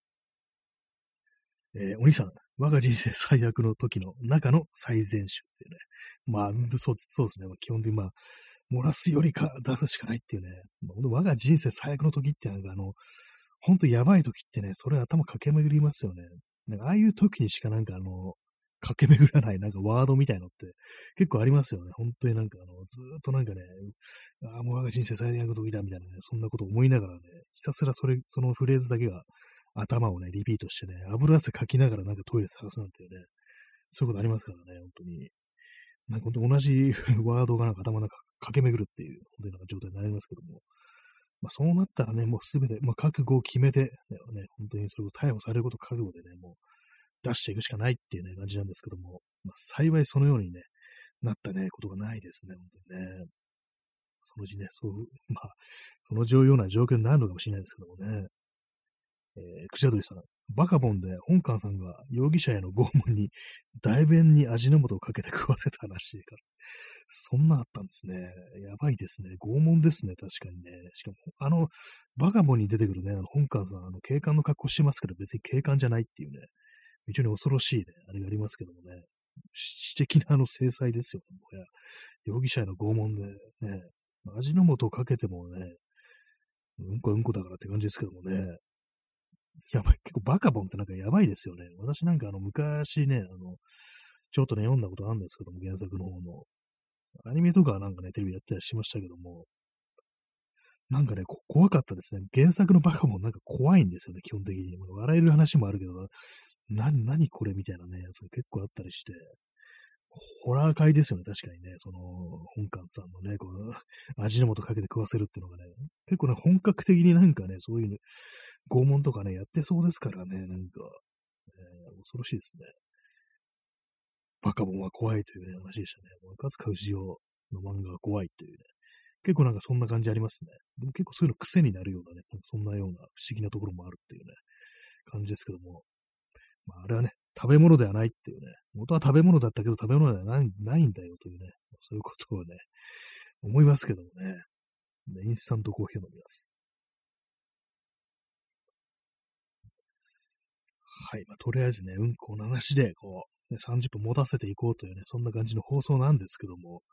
えーお兄さん、我が人生最悪の時の中の最善手っていうね。まあ、そう、そうですね。まあ、基本的にまあ、漏らすよりか出すしかないっていうね。まあ、我が人生最悪の時ってなんかあの、ほんとやばい時ってね、それ頭駆け巡りますよね。なんかああいう時にしかなんかあの、駆け巡らないなんかワードみたいのって結構ありますよね。本当になんかあの、ずーっとなんかね、ああ、もう我が人生最悪の時だみたいなね、そんなこと思いながらね、ひたすらそれ、そのフレーズだけが頭をね、リピートしてね、油汗かきながらなんかトイレ探すなんていうね、そういうことありますからね、本当に。なんか本当同じワードがなんか頭の中駆け巡るっていう、本当になんか状態になりますけども。まあそうなったらね、もうすべて、まあ覚悟を決めて、ね、本当にそれを逮捕されること覚悟でね、もう出していくしかないっていうね、感じなんですけども、まあ幸いそのようにね、なったね、ことがないですね、本当にね。そのうちね、そう、まあ、そのような状況になるのかもしれないですけどもね。 えー、クジャドリさん、バカボンで本館さんが容疑者への拷問に代弁に味の素をかけて食わせた話か。そんなあったんですね。やばいですね。拷問ですね。確かにね。しかも、あの、バカボンに出てくるね、あの本館さん、あの、警官の格好してますけど、別に警官じゃないっていうね、非常に恐ろしいね、あれがありますけどもね。私的なあの制裁ですよね。もはや容疑者への拷問でね、味の素をかけてもね、うんこうんこだからって感じですけどもね。やばい、結構バカボンってなんかやばいですよね。私なんかあの昔ね、あの、ちょっとね、読んだことあるんですけども、原作の方の。アニメとかなんかね、テレビやったりしましたけども、なんかね、こ怖かったですね。原作のバカボンなんか怖いんですよね、基本的に。笑える話もあるけど、な、何これみたいなね、やつが結構あったりして、ホラー界ですよね、確かにね。その、本館さんのね、この、味の素かけて食わせるっていうのがね、結構ね、本格的になんかね、そういう、拷問とかね、やってそうですからね、なんか、えー恐ろしいですね。バカボンは怖いというね、話でしたね。赤塚不二夫の漫画が怖いっていうね。結構なんかそんな感じありますね。でも結構そういうの癖になるようなね、なんかそんなような不思議なところもあるっていうね、感じですけども。まあ、あれはね、食べ物ではないっていうね、元は食べ物だったけど食べ物ではないないんだよというね、そういうことをね、思いますけどもね。インスタントコーヒーを飲みます。はい。まあ、とりあえずね、うんこの話で、こう、ね、さんじゅっぷん持たせていこうというね、そんな感じの放送なんですけども、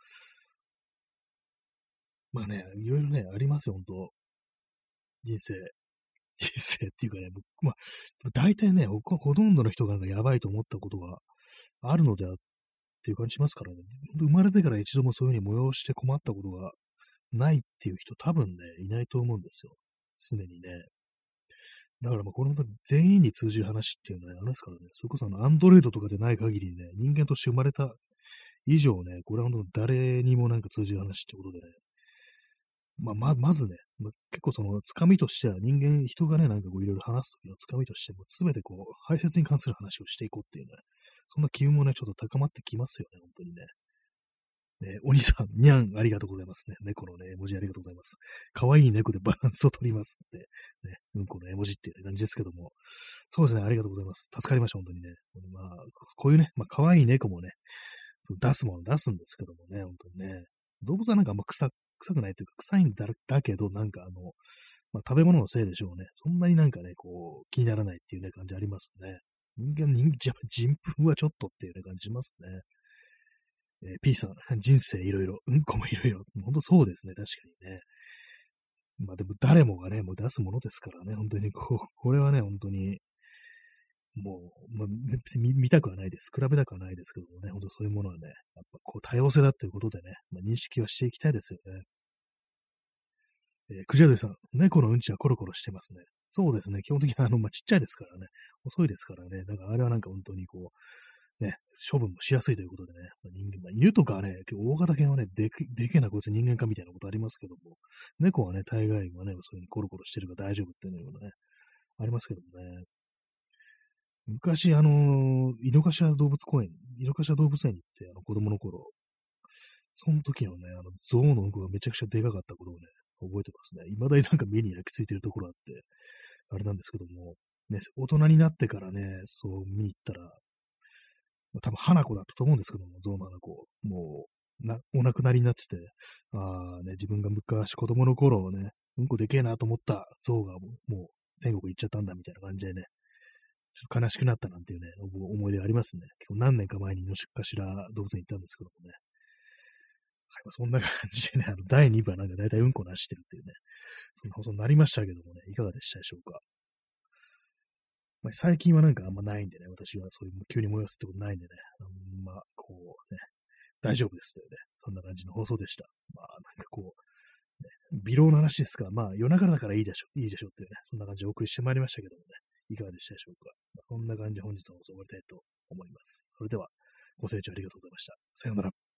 まあね、いろいろね、ありますよ、本当人生。人生っていうかね、僕、まあ、大体ね、ほほとんどの人がなんかやばいと思ったことがあるのではっていう感じしますからね。生まれてから一度もそういうふうに催して困ったことがないっていう人多分ね、いないと思うんですよ。常にね。だからまあこれ本当に全員に通じる話っていうのはね、あれですからね、それこそあの、アンドロイドとかでない限りね、人間として生まれた以上ね、これは本当誰にもなんか通じる話ってことでね、まあ、ま、まずね、ま、結構その、つかみとしては人間、人がね、なんかこういろいろ話すときのつかみとしても、すべてこう、排泄に関する話をしていこうっていうね、そんな機運もね、ちょっと高まってきますよね、本当にね。ね、お兄さん、にゃん、ありがとうございますね。猫のね、絵文字ありがとうございます。可愛い猫でバランスを取りますって、ね、うんこの絵文字っていう感じですけども。そうですね、ありがとうございます。助かりました、本当にね。まあ、こういうね、まあ、可愛い猫もね、その出すもの出すんですけどもね、本当にね。動物はなんかあんま臭、臭くないというか、臭いんだだけど、なんかあの、まあ、食べ物のせいでしょうね。そんなになんかね、こう、気にならないっていうね、感じありますね。人間、人、やっぱ人糞はちょっとっていうね、感じしますね。えー、P さん、人生いろいろ、うんこもいろいろ。本当そうですね、確かにね。まあでも誰もがね、もう出すものですからね、本当にこう、これはね、本当に、もう、まあ、別に見たくはないです。比べたくはないですけどもね、本当そういうものはね、やっぱこう多様性だということでね、まあ、認識はしていきたいですよね。えー、クジャドリさん、猫のうんちはコロコロしてますね。そうですね。基本的にあの、まあ、ちっちゃいですからね。遅いですからね。だからあれはなんか本当にこう、ね、処分もしやすいということでね。まあ、人間、まあ、犬とかはね、結構大型犬はね、でけ、でけえなこいつ人間かみたいなことありますけども、猫はね、大概はね、そういうふうにコロコロしてるから大丈夫っていうのがね、ありますけどもね。昔、あのー、井の頭動物公園、井の頭動物園に行って、あの、子供の頃、その時のね、あの、象のうんこがめちゃくちゃでかかったことをね、覚えてますね。未だになんか目に焼き付いてるところあって、あれなんですけども、ね、大人になってからね、そう見に行ったら、多分花子だったと思うんですけども、象の花子。もう、な、お亡くなりになってて、ああね、自分が昔子供の頃ね、うんこでけえなと思った象がもう、もう天国行っちゃったんだみたいな感じでね、ちょっと悲しくなったなんていうね、思い出がありますね。結構何年か前に吉頭動物園行ったんですけどもね。はい、まあ、そんな感じでね、あの、だいに部はなんか大体うんこなしてるっていうね、そんな放送になりましたけどもね、いかがでしたでしょうか。まあ、最近はなんかあんまないんでね、私はそういう急に燃やすってことないんでね、あんまこうね、大丈夫ですというね、そんな感じの放送でした。まあなんかこう、ね、微量の話ですが、まあ夜中だからいいでしょ、いいでしょっていうね、そんな感じでお送りしてまいりましたけどもね、いかがでしたでしょうか。まあ、そんな感じで本日の放送を終わりたいと思います。それでは、ご清聴ありがとうございました。さようなら。